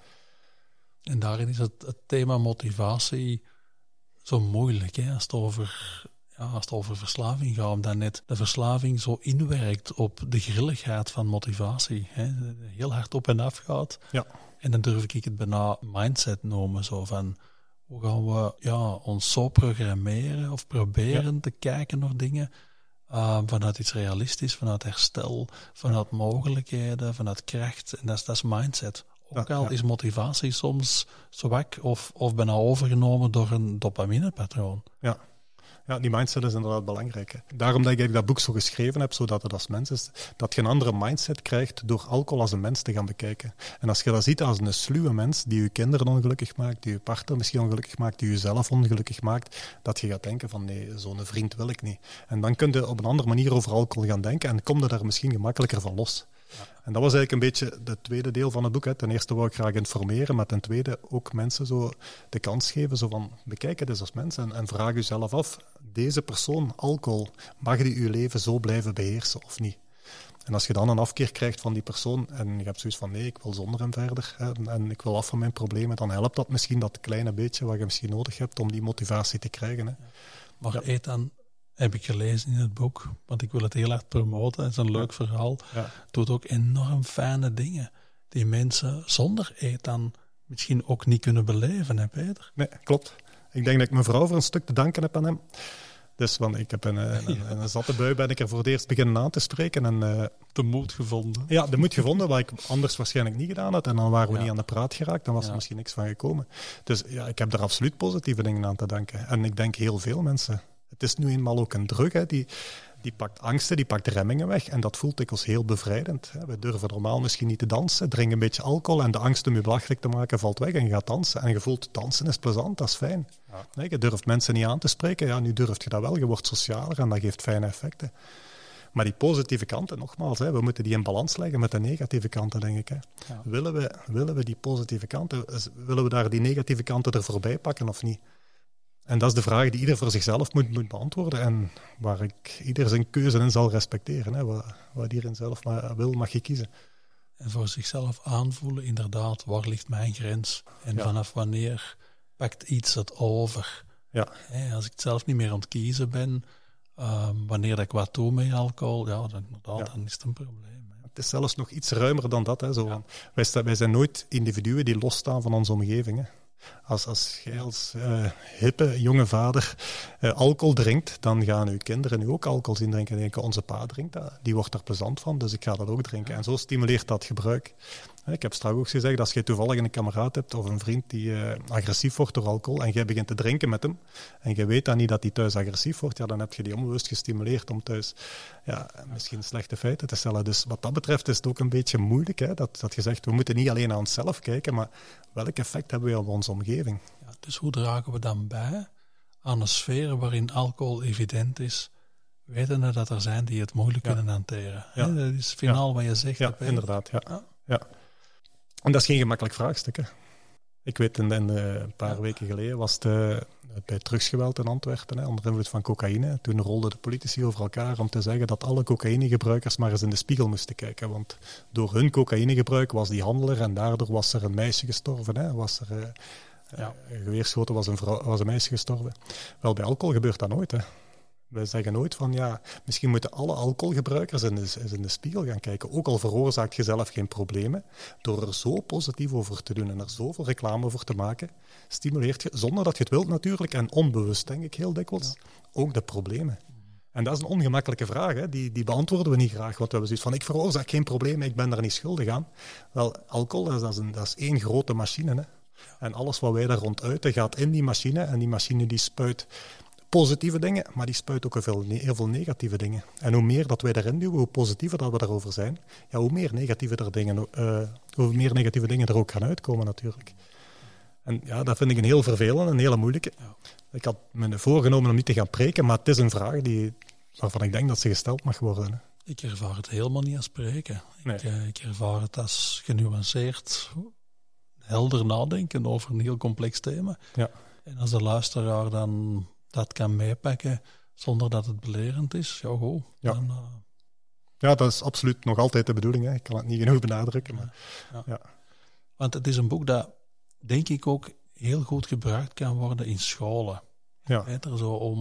En daarin is het, het thema motivatie zo moeilijk, hè, als het over Ja, als het over verslaving gaat, omdat net de verslaving zo inwerkt op de grilligheid van motivatie. Hè? Heel hard op en af gaat. Ja. En dan durf ik het bijna mindset noemen. Zo van, hoe gaan we ja, ons zo programmeren of proberen ja. te kijken naar dingen uh, vanuit iets realistisch, vanuit herstel, vanuit mogelijkheden, vanuit kracht. En dat is, dat is mindset. Ook al ja. is motivatie soms zwak of, of bijna overgenomen door een dopaminepatroon. Ja. Ja, die mindset is inderdaad belangrijk. Hè. Daarom dat ik dat boek zo geschreven heb, zodat het als mens is, dat je een andere mindset krijgt door alcohol als een mens te gaan bekijken. En als je dat ziet als een sluwe mens die je kinderen ongelukkig maakt, die je partner misschien ongelukkig maakt, die jezelf ongelukkig maakt, dat je gaat denken van nee, zo'n vriend wil ik niet. En dan kun je op een andere manier over alcohol gaan denken en kom je daar misschien gemakkelijker van los. Ja. En dat was eigenlijk een beetje het tweede deel van het boek. Hè. Ten eerste wou ik graag informeren, maar ten tweede ook mensen zo de kans geven, zo van bekijk het eens als mens en, en vraag jezelf af, deze persoon, alcohol, mag die je leven zo blijven beheersen of niet? En als je dan een afkeer krijgt van die persoon en je hebt zoiets van nee, ik wil zonder hem verder hè, en, en ik wil af van mijn problemen, dan helpt dat misschien dat kleine beetje wat je misschien nodig hebt om die motivatie te krijgen. Hè. Maar ja. eet dan... heb ik gelezen in het boek, want ik wil het heel hard promoten. Het is een leuk verhaal. Ja. Het doet ook enorm fijne dingen die mensen zonder eten misschien ook niet kunnen beleven, hè Peter? Nee, klopt. Ik denk dat ik mijn vrouw voor een stuk te danken heb aan hem. Dus want ik heb een, een, een, een zatte bui ben ik er voor het eerst beginnen aan te spreken. En, uh, de moed gevonden. Ja, de moed gevonden, wat ik anders waarschijnlijk niet gedaan had. En dan waren we ja. niet aan de praat geraakt, dan was ja. er misschien niks van gekomen. Dus ja, ik heb er absoluut positieve dingen aan te danken. En ik denk heel veel mensen... Het is nu eenmaal ook een drug, hè, die, die pakt angsten, die pakt remmingen weg. En dat voelt dikwijls heel bevrijdend. Hè. We durven normaal misschien niet te dansen, drink een beetje alcohol en de angst om je belachelijk te maken valt weg en je gaat dansen. En je voelt, dansen is plezant, dat is fijn. Ja. Nee, je durft mensen niet aan te spreken, ja, nu durft je dat wel, je wordt socialer en dat geeft fijne effecten. Maar die positieve kanten, nogmaals, hè, we moeten die in balans leggen met de negatieve kanten, denk ik. Hè. Ja. Willen we, willen we die positieve kanten, willen we daar die negatieve kanten er voorbij pakken of niet? En dat is de vraag die ieder voor zichzelf moet, moet beantwoorden en waar ik ieder zijn keuze in zal respecteren. Hè. Wat, wat iedereen zelf maar wil, mag je kiezen. En voor zichzelf aanvoelen, inderdaad, waar ligt mijn grens? En ja. vanaf wanneer pakt iets het over? Ja. Hey, als ik het zelf niet meer aan het kiezen ben, um, wanneer ik wat doe met alcohol, ja, dan, inderdaad, ja. dan is het een probleem. Hè. Het is zelfs nog iets ruimer dan dat. Hè. Zo, ja. wij, sta, wij zijn nooit individuen die losstaan van onze omgeving. Hè. Als, als jij als uh, hippe jonge vader uh, alcohol drinkt, dan gaan uw kinderen nu ook alcohol zien drinken. En denken, onze pa drinkt dat, die wordt er plezant van, dus ik ga dat ook drinken. En zo stimuleert dat gebruik. Ik heb straks ook gezegd, als je toevallig een kameraad hebt of een vriend die uh, agressief wordt door alcohol en jij begint te drinken met hem en je weet dan niet dat hij thuis agressief wordt, ja, dan heb je die onbewust gestimuleerd om thuis ja, misschien slechte feiten te stellen. Dus wat dat betreft is het ook een beetje moeilijk, hè, dat, dat je zegt, we moeten niet alleen naar onszelf kijken, maar welk effect hebben we op onze omgeving? Ja, dus hoe dragen we dan bij aan een sfeer waarin alcohol evident is, wetende dat er zijn die het moeilijk ja. kunnen hanteren? Ja. Hè, dat is finaal ja. wat je zegt. Ja, inderdaad. Ja. Ja. ja. En dat is geen gemakkelijk vraagstuk. Hè. Ik weet, in, in, een paar ja. weken geleden was het uh, bij drugsgeweld in Antwerpen, hè, onder invloed van cocaïne. Toen rolden de politici over elkaar om te zeggen dat alle cocaïnegebruikers maar eens in de spiegel moesten kijken. Want door hun cocaïnegebruik was die handelaar en daardoor was er een meisje gestorven. Hè. Was er uh, ja. uh, geweerschoten, was een, vrouw, was een meisje gestorven. Wel, bij alcohol gebeurt dat nooit, hè. Wij zeggen nooit van, ja, misschien moeten alle alcoholgebruikers in de, in de spiegel gaan kijken. Ook al veroorzaakt je zelf geen problemen. Door er zo positief over te doen en er zoveel reclame voor te maken, stimuleert je, zonder dat je het wilt natuurlijk, en onbewust denk ik heel dikwijls, ja. ook de problemen. En dat is een ongemakkelijke vraag, hè. Die, die beantwoorden we niet graag. Want we hebben zoiets van, ik veroorzaak geen problemen, ik ben daar niet schuldig aan. Wel, alcohol, dat is, een, dat is één grote machine. Hè. En alles wat wij daar rond uiten gaat in die machine. En die machine die spuit positieve dingen, maar die spuit ook heel veel, heel veel negatieve dingen. En hoe meer dat wij daarin duwen, hoe positiever dat we daarover zijn, ja, hoe meer negatieve, er dingen, uh, hoe meer negatieve dingen er ook gaan uitkomen natuurlijk. En ja, dat vind ik een heel vervelende, een hele moeilijke. Ja. Ik had me voorgenomen om niet te gaan preken, maar het is een vraag die, waarvan ik denk dat ze gesteld mag worden. Hè. Ik ervaar het helemaal niet als spreken. Nee. Ik, uh, ik ervaar het als genuanceerd, helder nadenken over een heel complex thema. Ja. En als de luisteraar dan dat kan meepakken zonder dat het belerend is, ja, goed. Ja. Dan, uh... ja, dat is absoluut nog altijd de bedoeling. Hè. Ik kan het niet genoeg benadrukken. Maar, ja. Ja. Want het is een boek dat, denk ik, ook heel goed gebruikt kan worden in scholen. Ja. Beter zo om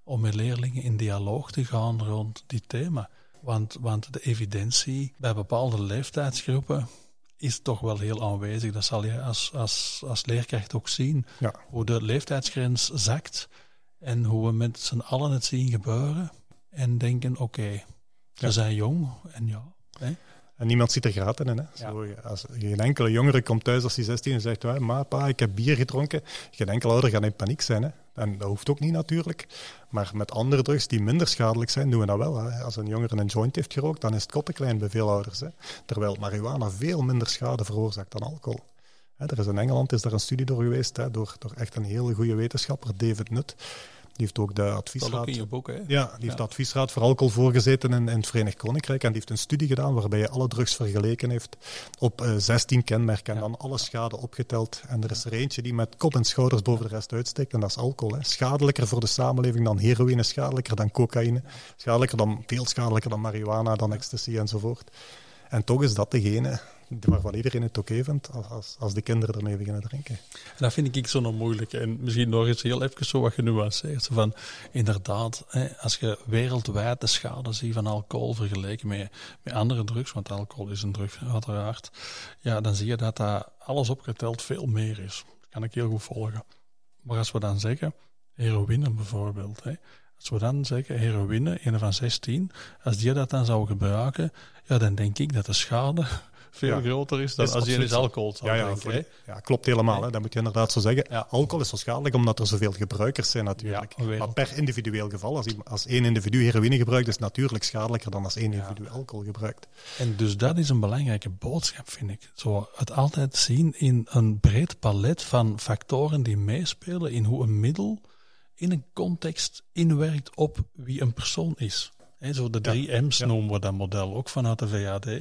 om met leerlingen in dialoog te gaan rond die thema. Want, want de evidentie bij bepaalde leeftijdsgroepen is toch wel heel aanwezig. Dat zal je als, als, als leerkracht ook zien. Ja. Hoe de leeftijdsgrens zakt en hoe we met z'n allen het zien gebeuren en denken, oké, okay, ze ja. zijn jong en ja. Hè? En niemand ziet er gaten in. Hè? Ja. Zo, als geen enkele jongere komt thuis als hij zestien en zegt, ja, ma, pa, ik heb bier gedronken. Geen enkele ouder gaat in paniek zijn. Hè? En dat hoeft ook niet natuurlijk. Maar met andere drugs die minder schadelijk zijn, doen we dat wel. Hè? Als een jongere een joint heeft gerookt, dan is het kotteklein bij veel ouders. Hè? Terwijl marihuana veel minder schade veroorzaakt dan alcohol. Hè, er is in Engeland is daar een studie door geweest, hè, door, door echt een hele goede wetenschapper, David Nutt. Die heeft ook de adviesraad... Dat ook in je boek, hè? Ja, die heeft ja. de adviesraad voor alcohol voorgezeten in, in het Verenigd Koninkrijk. En die heeft een studie gedaan waarbij je alle drugs vergeleken heeft op uh, zestien kenmerken. En ja. dan alle schade opgeteld. En er is er eentje die met kop en schouders boven de rest uitsteekt. En dat is alcohol. Hè. Schadelijker voor de samenleving dan heroïne, schadelijker dan cocaïne. Schadelijker dan, veel schadelijker dan marihuana, dan ecstasy enzovoort. En toch is dat degene waarvan iedereen het oké vindt als, als de kinderen ermee beginnen drinken. En dat vind ik zo nog moeilijk. En misschien nog eens heel even zo wat genuanceerd. Zo van, inderdaad, hè, als je wereldwijd de schade ziet van alcohol vergeleken met, met andere drugs, want alcohol is een drug uiteraard, ja, dan zie je dat dat alles opgeteld veel meer is. Dat kan ik heel goed volgen. Maar als we dan zeggen, heroïne bijvoorbeeld, hè, als we dan zeggen, heroïne, een van zestien, als die dat dan zou gebruiken, ja, dan denk ik dat de schade veel ja. groter is dan is als je eens alcohol zou ja, ja, drinken. voor, ja, klopt helemaal. Hè. Dat moet je inderdaad zo zeggen. Ja. Alcohol is zo schadelijk omdat er zoveel gebruikers zijn natuurlijk. Ja, maar per individueel geval, als, als één individu heroïne gebruikt, is het natuurlijk schadelijker dan als één ja. individu alcohol gebruikt. En dus dat is een belangrijke boodschap, vind ik. Zo het altijd zien in een breed palet van factoren die meespelen in hoe een middel in een context inwerkt op wie een persoon is. He, zo de drie ja. M's ja. noemen we dat model ook vanuit de V A D.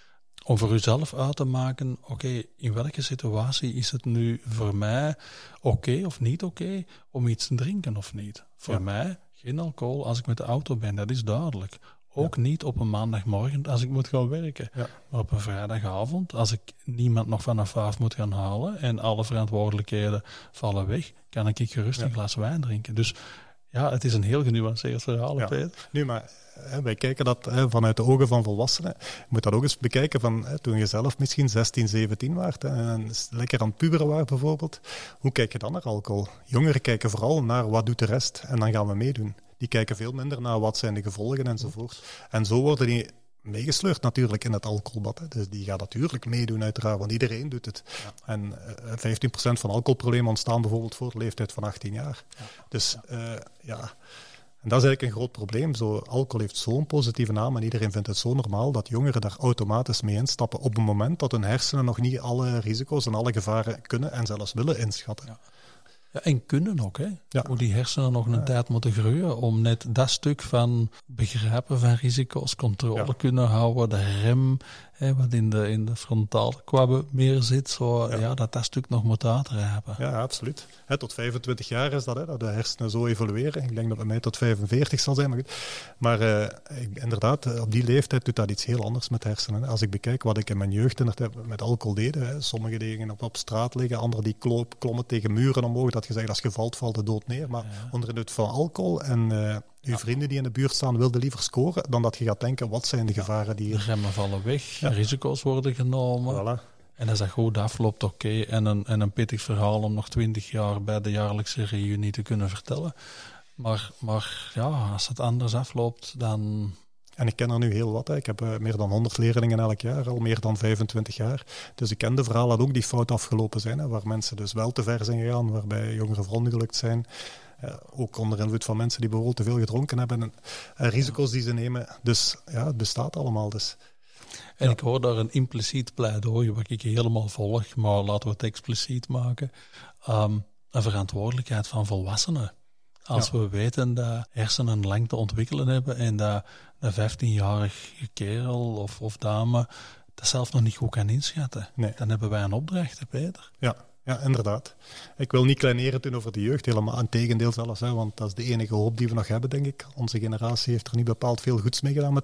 Om voor uzelf uit te maken, oké, okay, in welke situatie is het nu voor mij oké okay of niet oké okay om iets te drinken of niet? Voor ja. mij geen alcohol als ik met de auto ben, dat is duidelijk. Ook ja. niet op een maandagmorgen als ik moet gaan werken. Ja. Maar op een vrijdagavond, als ik niemand nog vanaf vijf moet gaan halen en alle verantwoordelijkheden vallen weg, kan ik gerust ja. een glas wijn drinken. Dus ja, het is een heel genuanceerd verhaal, ja. Peter. Nu, maar hè, wij kijken dat hè, vanuit de ogen van volwassenen. Je moet dat ook eens bekijken van hè, toen je zelf misschien zestien, zeventien waart hè, en lekker aan het puberen waart bijvoorbeeld. Hoe kijk je dan naar alcohol? Jongeren kijken vooral naar wat doet de rest en dan gaan we meedoen. Die kijken veel minder naar wat zijn de gevolgen enzovoort. En zo worden die meegesleurd natuurlijk in het alcoholbad. Hè. Dus die gaat natuurlijk meedoen uiteraard, want iedereen doet het. Ja. En uh, vijftien procent van alcoholproblemen ontstaan bijvoorbeeld voor de leeftijd van achttien jaar. Ja. Dus uh, ja, en dat is eigenlijk een groot probleem. Zo, alcohol heeft zo'n positieve naam en iedereen vindt het zo normaal dat jongeren daar automatisch mee instappen op het moment dat hun hersenen nog niet alle risico's en alle gevaren kunnen en zelfs willen inschatten. Ja. Ja, en kunnen ook, hè? Ja. Hoe die hersenen nog een ja. tijd moeten groeien om net dat stuk van begrijpen van risico's, controle ja. kunnen houden, de rem, hè, wat in de, in de frontale kwabbe meer zit, zo, ja. ja, dat dat stuk nog moet uitrijpen. Ja, absoluut. Hè, tot vijfentwintig jaar is dat, hè, dat de hersenen zo evolueren. Ik denk dat bij mij tot vijfenveertig zal zijn, maar goed. Maar uh, ik, inderdaad, op die leeftijd doet dat iets heel anders met hersenen. Als ik bekijk wat ik in mijn jeugd met alcohol deed, hè, sommigen deden op, op straat liggen, anderen die klop, klommen tegen muren omhoog, dat je zegt, als je valt, valt de dood neer. Maar ja. onder het van alcohol en uh, uw ja. vrienden die in de buurt staan wilden liever scoren dan dat je gaat denken, wat zijn de gevaren die... De remmen vallen weg, ja. risico's worden genomen. Voilà. En als dat goed afloopt, oké. Okay. En, een, en een pittig verhaal om nog twintig jaar bij de jaarlijkse reunie te kunnen vertellen. Maar, maar ja, als het anders afloopt, dan... En ik ken er nu heel wat. Hè. Ik heb uh, meer dan honderd leerlingen elk jaar, al meer dan vijfentwintig jaar. Dus ik ken de verhalen ook die fout afgelopen zijn, hè, waar mensen dus wel te ver zijn gegaan, waarbij jongeren verongelukt zijn. Uh, ook onder invloed van mensen die bijvoorbeeld te veel gedronken hebben en uh, risico's die ze nemen. Dus ja, het bestaat allemaal. Dus. En ja. ik hoor daar een impliciet pleidooi, wat ik helemaal volg, maar laten we het expliciet maken. Um, een verantwoordelijkheid van volwassenen. Als ja. we weten dat hersenen lang te ontwikkelen hebben en dat een vijftienjarige kerel of, of dame dat zelf nog niet goed kan inschatten, nee. dan hebben wij een opdracht, hè, Peter. Ja. Ja, inderdaad. Ik wil niet kleineren doen over de jeugd, helemaal in tegendeel zelfs, hè, want dat is de enige hoop die we nog hebben, denk ik. Onze generatie heeft er niet bepaald veel goeds mee gedaan met de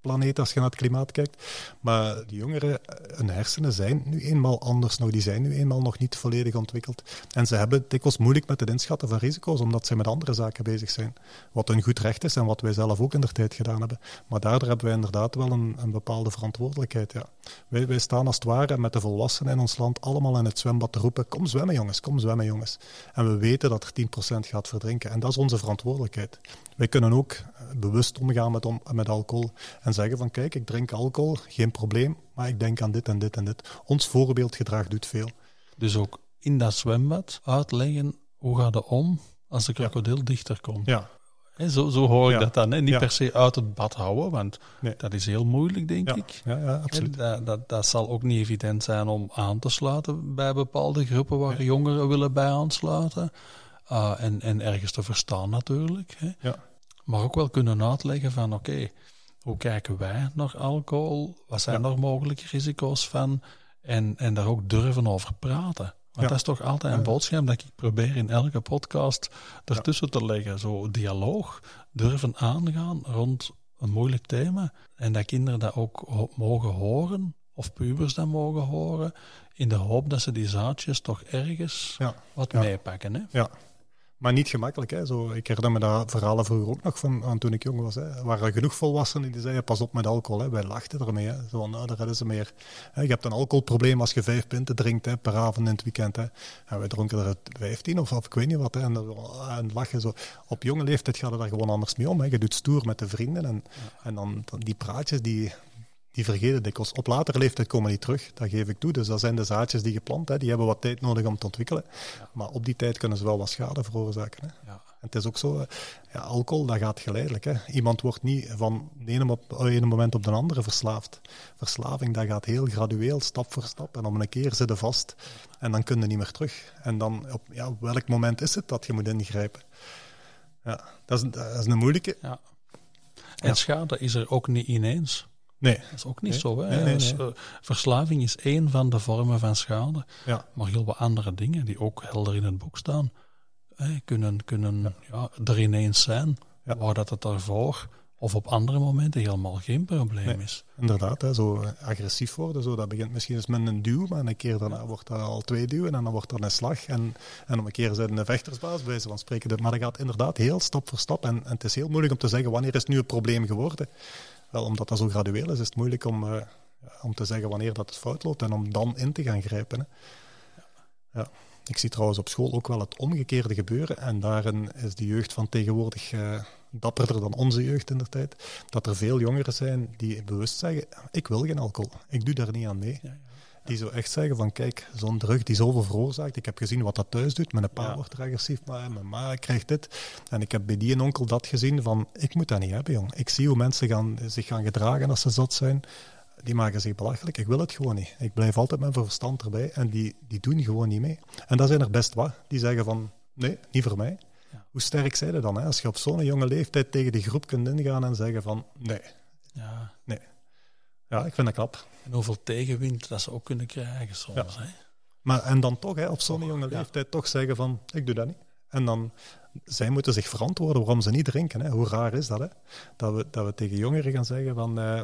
planeet als je naar het klimaat kijkt. Maar die jongeren, hun hersenen zijn nu eenmaal anders nog. Die zijn nu eenmaal nog niet volledig ontwikkeld. En ze hebben het dikwijls moeilijk met het inschatten van risico's, omdat ze met andere zaken bezig zijn. Wat hun goed recht is en wat wij zelf ook in der tijd gedaan hebben. Maar daardoor hebben wij inderdaad wel een, een bepaalde verantwoordelijkheid. Ja. Wij, wij staan als het ware met de volwassenen in ons land allemaal in het zwembad te roepen, kom zwemmen jongens, kom zwemmen jongens. En we weten dat er tien procent gaat verdrinken. En dat is onze verantwoordelijkheid. Wij kunnen ook bewust omgaan met, om, met alcohol en zeggen van kijk, ik drink alcohol, geen probleem, maar ik denk aan dit en dit en dit. Ons voorbeeldgedrag doet veel. Dus ook in dat zwembad uitleggen, hoe gaat het om als de krokodil ja. dichter komt? Ja. He, zo, zo hoor ik ja. dat dan. He. Niet ja. per se uit het bad houden, want nee. dat is heel moeilijk, denk ja. ik. Ja, ja, absoluut. Dat, dat, dat zal ook niet evident zijn om aan te sluiten bij bepaalde groepen waar ja. jongeren willen bij aansluiten. Uh, en, en ergens te verstaan natuurlijk. Hè. Ja. Maar ook wel kunnen uitleggen van oké, okay, hoe kijken wij naar alcohol? Wat zijn ja. er mogelijke risico's van? En, en daar ook durven over praten. Want ja. dat is toch altijd een boodschap dat ik probeer in elke podcast ertussen ja. te leggen. Zo dialoog, durven aangaan rond een moeilijk thema. En dat kinderen dat ook mogen horen, of pubers dat mogen horen, in de hoop dat ze die zaadjes toch ergens ja. wat ja. meepakken. Hè? Ja. Maar niet gemakkelijk. Hè. Zo, ik herinner me dat verhalen vroeger ook nog van, van toen ik jong was. Hè. Er waren genoeg volwassenen die zeiden, pas op met alcohol. Hè. Wij lachten ermee. Hè. Zo, nou, daar hadden ze meer. Hè. Je hebt een alcoholprobleem als je vijf pinten drinkt hè, per avond in het weekend. Hè. En wij dronken er vijftien of, of ik weet niet wat. Hè. En, en lachen zo. Op jonge leeftijd gaat het daar gewoon anders mee om. Hè. Je doet stoer met de vrienden. En, ja. en dan, dan die praatjes, die... Die vergeten dikwijls. Op latere leeftijd komen die terug, dat geef ik toe. Dus dat zijn de zaadjes die geplant, hè. Die hebben wat tijd nodig om te ontwikkelen. Ja. Maar op die tijd kunnen ze wel wat schade veroorzaken. Hè. Ja. En het is ook zo, ja, alcohol, dat gaat geleidelijk. Hè. Iemand wordt niet van de ene, op, de ene moment op de andere verslaafd. Verslaving, dat gaat heel gradueel, stap voor stap. En om een keer zit je vast en dan kun je niet meer terug. En dan, op ja, welk moment is het dat je moet ingrijpen? Ja, dat is, dat is een moeilijke. Ja. En ja. schade is er ook niet ineens. Nee. Dat is ook niet nee. zo. Hè? Nee, nee, nee. Uh, verslaving is één van de vormen van schade. Ja. Maar heel wat andere dingen die ook helder in het boek staan, hè, kunnen, kunnen ja. Ja, er ineens zijn. Ja. Waar dat het daarvoor of op andere momenten helemaal geen probleem nee, is. Inderdaad, hè, zo agressief worden. Zo, dat begint misschien eens met een duw, maar een keer daarna wordt dat al twee duwen en dan wordt er een slag. En, en om een keer zijn een vechtersbaas, bij wijze van spreken. Maar dat gaat inderdaad heel stap voor stap. En, en het is heel moeilijk om te zeggen wanneer is het nu een probleem geworden. Wel, omdat dat zo gradueel is, is het moeilijk om, uh, om te zeggen wanneer dat het fout loopt en om dan in te gaan grijpen. Hè. Ja. Ik zie trouwens op school ook wel het omgekeerde gebeuren. En daarin is de jeugd van tegenwoordig uh, dapperder dan onze jeugd in de tijd. Dat er veel jongeren zijn die bewust zeggen, ik wil geen alcohol, ik doe daar niet aan mee. Ja, ja. Die zo echt zeggen van, kijk, zo'n drug die zoveel veroorzaakt. Ik heb gezien wat dat thuis doet. Mijn pa ja. wordt er agressief, maar mijn ma krijgt dit. En ik heb bij die en onkel dat gezien van, ik moet dat niet hebben, jong. Ik zie hoe mensen gaan, zich gaan gedragen als ze zat zijn. Die maken zich belachelijk. Ik wil het gewoon niet. Ik blijf altijd met mijn verstand erbij. En die, die doen gewoon niet mee. En dat zijn er best wat. Die zeggen van, nee, niet voor mij. Ja. Hoe sterk zijn ze dan? Hè? Als je op zo'n jonge leeftijd tegen die groep kunt ingaan en zeggen van, nee, ja. nee. Ja, ik vind dat knap. En hoeveel tegenwind dat ze ook kunnen krijgen soms. Ja. Hè? Maar en dan toch, hè, op zo'n jonge leeftijd, ja. toch zeggen van, ik doe dat niet. En dan, zij moeten zich verantwoorden waarom ze niet drinken. Hè. Hoe raar is dat, hè? Dat we, dat we tegen jongeren gaan zeggen van, uh,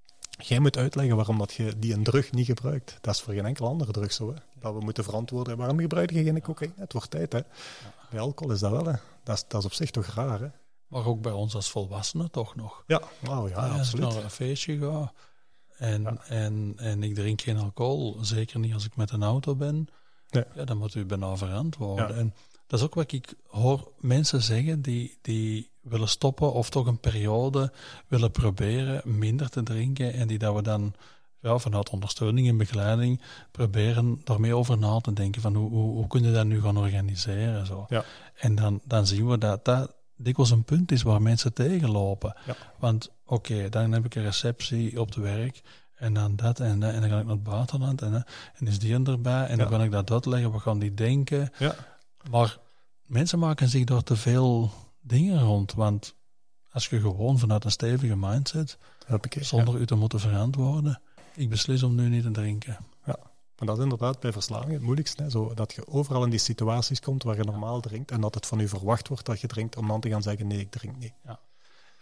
jij moet uitleggen waarom dat je die een drug niet gebruikt. Dat is voor geen enkele andere drug zo, hè. Dat we moeten verantwoorden, waarom gebruik je geen cocaïne? Het wordt tijd, hè. Ja. Bij alcohol is dat wel, hè. Dat is, dat is op zich toch raar, hè. Maar ook bij ons als volwassenen toch nog. Ja, nou ja, ja absoluut. Als ik naar een feestje ga en, ja. en, en ik drink geen alcohol, zeker niet als ik met een auto ben, nee. ja, dan moet u bijna verantwoorden. Ja. En dat is ook wat ik hoor mensen zeggen die, die willen stoppen of toch een periode willen proberen minder te drinken en die dat we dan ja, vanuit ondersteuning en begeleiding proberen daarmee over na te denken van hoe, hoe, hoe kunnen we dat nu gaan organiseren. Zo. Ja. En dan, dan zien we dat dat dikwijls een punt is waar mensen tegenlopen. Ja. Want oké, okay, dan heb ik een receptie op het werk en dan dat en dat en dan ga ik naar het buitenland en, en is die erbij en ja. dan kan ik dat uitleggen, wat gaan die denken. Ja. Maar mensen maken zich door te veel dingen rond, want als je gewoon vanuit een stevige mindset, ik, zonder ja. u te moeten verantwoorden, ik beslis om nu niet te drinken. Ja, maar dat is inderdaad bij verslaving het moeilijkste. Hè? Zo, dat je overal in die situaties komt waar je normaal drinkt en dat het van u verwacht wordt dat je drinkt om dan te gaan zeggen nee, ik drink niet. Ja.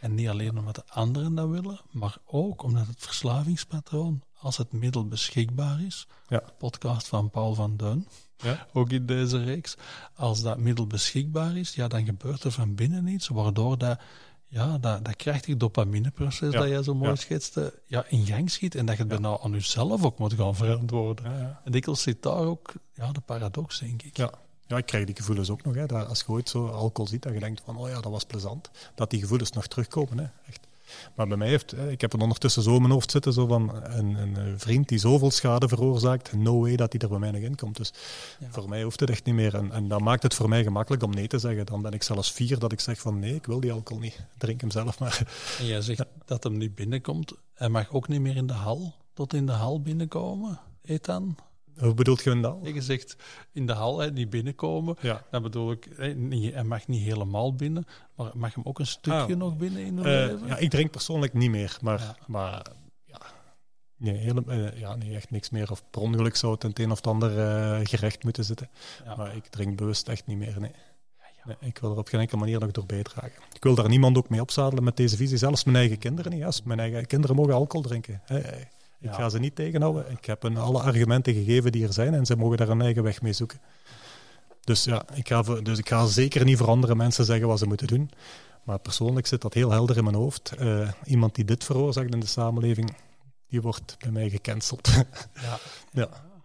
En niet alleen omdat de anderen dat willen, maar ook omdat het verslavingspatroon, als het middel beschikbaar is, Ja. de podcast van Paul van Duin, Ja. ook in deze reeks, als dat middel beschikbaar is, ja, dan gebeurt er van binnen iets, waardoor dat, ja, dat, dat krachtig dopamineproces Ja. dat jij zo mooi Ja. schetste, ja, in gang schiet en dat je het Ja. bijna aan jezelf ook moet gaan verantwoorden. Ja, ja. En dikwijls zit daar ook ja, de paradox, denk ik. Ja. Ja, ik krijg die gevoelens ook nog. Hè. Dat als je ooit zo alcohol ziet, dat je denkt van, oh ja, dat was plezant. Dat die gevoelens nog terugkomen, hè. Echt. Maar bij mij heeft, ik heb er ondertussen zo in mijn hoofd zitten, zo van een, een vriend die zoveel schade veroorzaakt, no way dat hij er bij mij nog in komt. Dus Ja. voor mij hoeft het echt niet meer. En, en dat maakt het voor mij gemakkelijk om nee te zeggen. Dan ben ik zelfs fier dat ik zeg van, nee, ik wil die alcohol niet. Drink hem zelf maar. En jij zegt dat hem niet binnenkomt. Hij mag ook niet meer in de hal, tot in de hal binnenkomen. Ethan? Hoe bedoelt je dat? Je zegt in de hal hè, niet binnenkomen. Ja. Dan bedoel ik, hè, niet, hij mag niet helemaal binnen, maar mag hem ook een stukje Ah. nog binnen in uw Uh, leven? ja, ik drink persoonlijk niet meer, maar Ja. maar, ja, nee, hele, uh, ja, nee, echt niks meer. Of per ongeluk zou het in het een of het ander uh, gerecht moeten zitten. Ja. Maar ik drink bewust echt niet meer, nee. Ja, ja. Nee, ik wil er op geen enkele manier nog door bijdragen. Ik wil daar niemand ook mee opzadelen met deze visie. Zelfs mijn eigen kinderen niet. Als mijn eigen kinderen mogen alcohol drinken. Hey, hey. Ik Ja. ga ze niet tegenhouden. Ik heb hen alle argumenten gegeven die er zijn en ze mogen daar een eigen weg mee zoeken. Dus ja, ik ga, voor, dus ik ga zeker niet voor andere mensen zeggen wat ze moeten doen. Maar persoonlijk zit dat heel helder in mijn hoofd. Uh, iemand die dit veroorzaakt in de samenleving, die wordt bij mij gecanceld. Ja. Ja.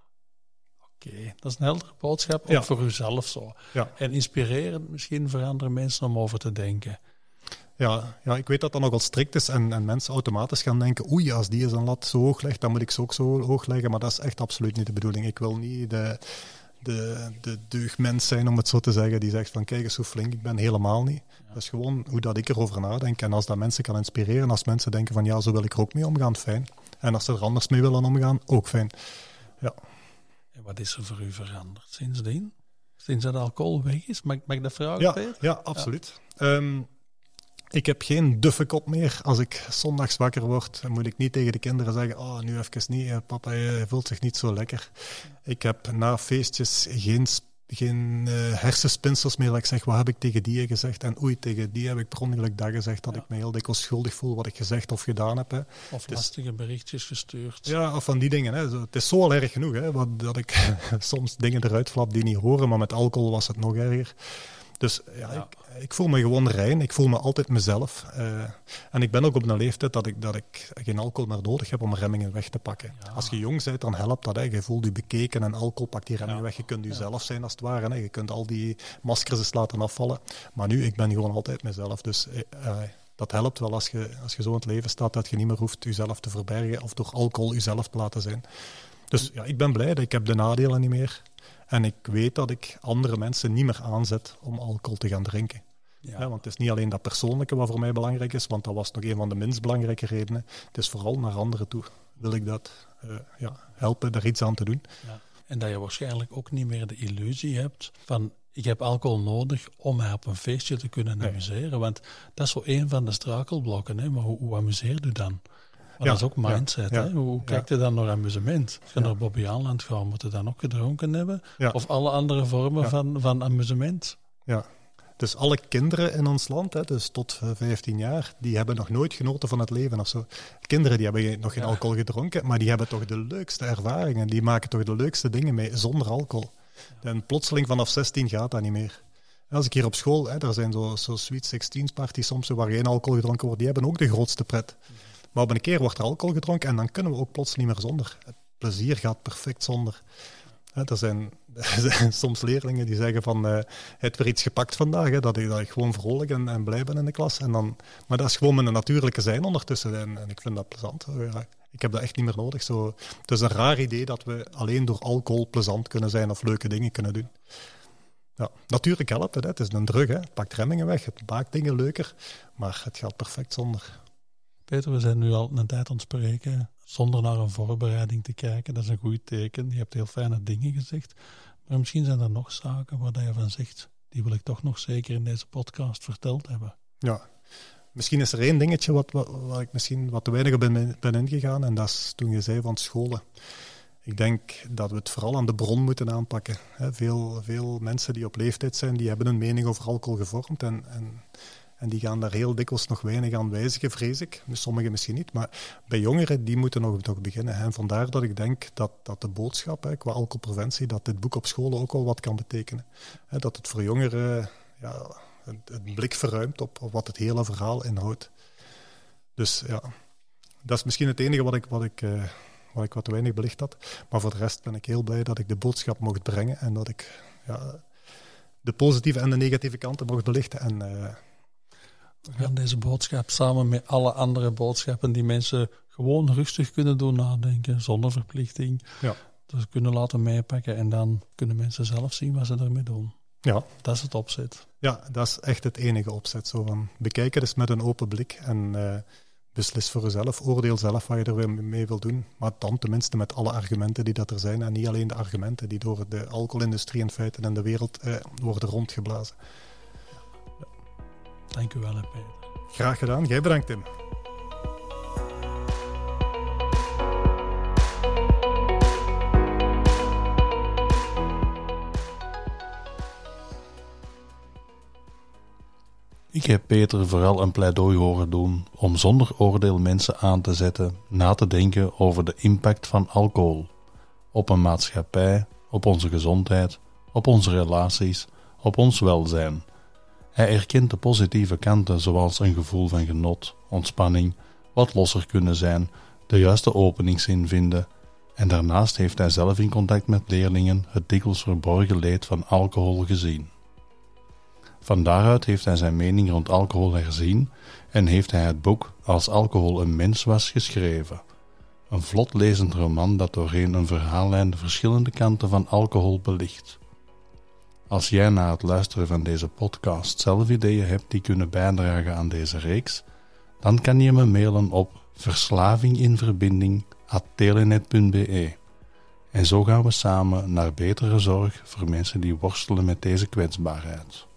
Oké, okay. Dat is een heldere boodschap, ook Ja. voor uzelf zo. Ja. En inspirerend misschien voor andere mensen om over te denken. Ja, ja, ik weet dat dat nogal strikt is en, en mensen automatisch gaan denken, oei, als die eens een lat zo hoog legt, dan moet ik ze ook zo hoog leggen. Maar dat is echt absoluut niet de bedoeling. Ik wil niet de, de, de deugdmens zijn, om het zo te zeggen, die zegt van, kijk eens hoe flink ik ben. Helemaal niet. Ja. Dat is gewoon hoe dat ik erover nadenk. En als dat mensen kan inspireren, als mensen denken van, ja, zo wil ik er ook mee omgaan, fijn. En als ze er anders mee willen omgaan, ook fijn. Ja. En wat is er voor u veranderd sindsdien? Sinds dat alcohol weg is? Mag, mag ik dat vragen, Ja, Peter? ja, absoluut. Ja. Um, Ik heb geen duffe kop meer. Als ik zondags wakker word, dan moet ik niet tegen de kinderen zeggen, oh, nu even niet, papa, je voelt zich niet zo lekker. Ik heb na feestjes geen, geen uh, hersenspinsels meer dat ik zeg, wat heb ik tegen die gezegd? En oei, tegen die heb ik per ongeluk dat gezegd, dat ja. ik me heel dikwijls schuldig voel wat ik gezegd of gedaan heb. Hè. Of dus, lastige berichtjes gestuurd. Ja, of van die dingen. Hè. Het is zo al erg genoeg, hè, wat, dat ik soms dingen eruit flap die niet horen, maar met alcohol was het nog erger. Dus ja, ja. Ik, ik voel me gewoon rein. Ik voel me altijd mezelf. Uh, en ik ben ook op een leeftijd dat ik, dat ik geen alcohol meer nodig heb om remmingen weg te pakken. Ja. Als je jong bent, dan helpt dat. Hè. Je voelt je bekeken en alcohol pakt die remmingen ja. weg. Je kunt jezelf ja. zijn als het ware. Hè. Je kunt al die maskers eens laten afvallen. Maar nu, ik ben gewoon altijd mezelf. Dus uh, dat helpt wel als je, als je zo in het leven staat, dat je niet meer hoeft jezelf te verbergen of door alcohol jezelf te laten zijn. Dus ja, ik ben blij dat ik heb de nadelen niet meer. En ik weet dat ik andere mensen niet meer aanzet om alcohol te gaan drinken. Ja. Ja, want het is niet alleen dat persoonlijke wat voor mij belangrijk is, want dat was nog een van de minst belangrijke redenen. Het is vooral naar anderen toe. Wil ik dat uh, ja, helpen, daar iets aan te doen. Ja. En dat je waarschijnlijk ook niet meer de illusie hebt van, ik heb alcohol nodig om mij op een feestje te kunnen nee. amuseren. Want dat is zo een van de strakelblokken. Hè? Maar hoe, hoe amuseer je dan? Maar ja, dat is ook mindset. Ja, ja, hè? Hoe kijkt je ja. dan naar amusement? Als je ja. naar Bobby Aanland gaat, moet je dan ook gedronken hebben? Ja. Of alle andere vormen ja. van, van amusement? Ja, dus alle kinderen in ons land, hè, dus tot vijftien jaar, die hebben nog nooit genoten van het leven of zo. Kinderen die hebben nog geen ja. alcohol gedronken, maar die hebben toch de leukste ervaringen. Die maken toch de leukste dingen mee zonder alcohol. Ja. En plotseling vanaf zestien gaat dat niet meer. Als ik hier op school, hè, er zijn zo, zo sweet sixteen parties soms waar geen alcohol gedronken wordt, die hebben ook de grootste pret. Maar op een keer wordt er alcohol gedronken en dan kunnen we ook plots niet meer zonder. Het plezier gaat perfect zonder. He, er, zijn, er zijn soms leerlingen die zeggen van, uh, het weer iets gepakt vandaag, hè, dat, ik, dat ik gewoon vrolijk en, en blij ben in de klas. En dan, maar dat is gewoon mijn natuurlijke zijn ondertussen en, en ik vind dat plezant. Ja, ik heb dat echt niet meer nodig. Zo, het is een raar idee dat we alleen door alcohol plezant kunnen zijn of leuke dingen kunnen doen. Ja, natuurlijk helpt het, hè. Het is een drug, hè. Het pakt remmingen weg, het maakt dingen leuker, maar het gaat perfect zonder. Peter, we zijn nu al een tijd aan het spreken zonder naar een voorbereiding te kijken. Dat is een goed teken. Je hebt heel fijne dingen gezegd. Maar misschien zijn er nog zaken waar je van zegt, die wil ik toch nog zeker in deze podcast verteld hebben. Ja, misschien is er één dingetje wat, wat, wat ik misschien wat te weinig ben, ben ingegaan. En dat is toen je zei van scholen. Ik denk dat we het vooral aan de bron moeten aanpakken. He, veel, veel mensen die op leeftijd zijn, die hebben een mening over alcohol gevormd. En, en En die gaan daar heel dikwijls nog weinig aan wijzigen, vrees ik. Sommigen misschien niet, maar bij jongeren, die moeten nog, nog beginnen. En vandaar dat ik denk dat, dat de boodschap hè, qua alcoholpreventie, dat dit boek op scholen ook wel wat kan betekenen. Hè, dat het voor jongeren ja, een, een blik verruimt op, op wat het hele verhaal inhoudt. Dus ja, dat is misschien het enige wat ik, wat ik, uh, wat ik wat weinig belicht had. Maar voor de rest ben ik heel blij dat ik de boodschap mocht brengen en dat ik ja, de positieve en de negatieve kanten mocht belichten. En, uh, We gaan deze boodschap samen met alle andere boodschappen die mensen gewoon rustig kunnen doen nadenken, zonder verplichting. Ja. Dus kunnen laten meepakken en dan kunnen mensen zelf zien wat ze ermee doen. Ja. Dat is het opzet. Ja, dat is echt het enige opzet. Zo van, bekijk het eens met een open blik en uh, beslis voor jezelf, oordeel zelf wat je er mee wil doen. Maar dan tenminste met alle argumenten die dat er zijn en niet alleen de argumenten die door de alcoholindustrie in feite en de wereld uh, worden rondgeblazen. Ja. Dank u wel, hè, Peter. Graag gedaan. Jij bedankt, Tim. Ik heb Peter vooral een pleidooi horen doen om zonder oordeel mensen aan te zetten na te denken over de impact van alcohol op een maatschappij, op onze gezondheid, op onze relaties, op ons welzijn. Hij erkent de positieve kanten zoals een gevoel van genot, ontspanning, wat losser kunnen zijn, de juiste openingszin vinden en daarnaast heeft hij zelf in contact met leerlingen het dikwijls verborgen leed van alcohol gezien. Van daaruit heeft hij zijn mening rond alcohol herzien en heeft hij het boek Als alcohol een mens was geschreven. Een vlot lezend roman dat doorheen een verhaallijn de verschillende kanten van alcohol belicht. Als jij na het luisteren van deze podcast zelf ideeën hebt die kunnen bijdragen aan deze reeks, dan kan je me mailen op verslavinginverbinding at telenet punt be. En zo gaan we samen naar betere zorg voor mensen die worstelen met deze kwetsbaarheid.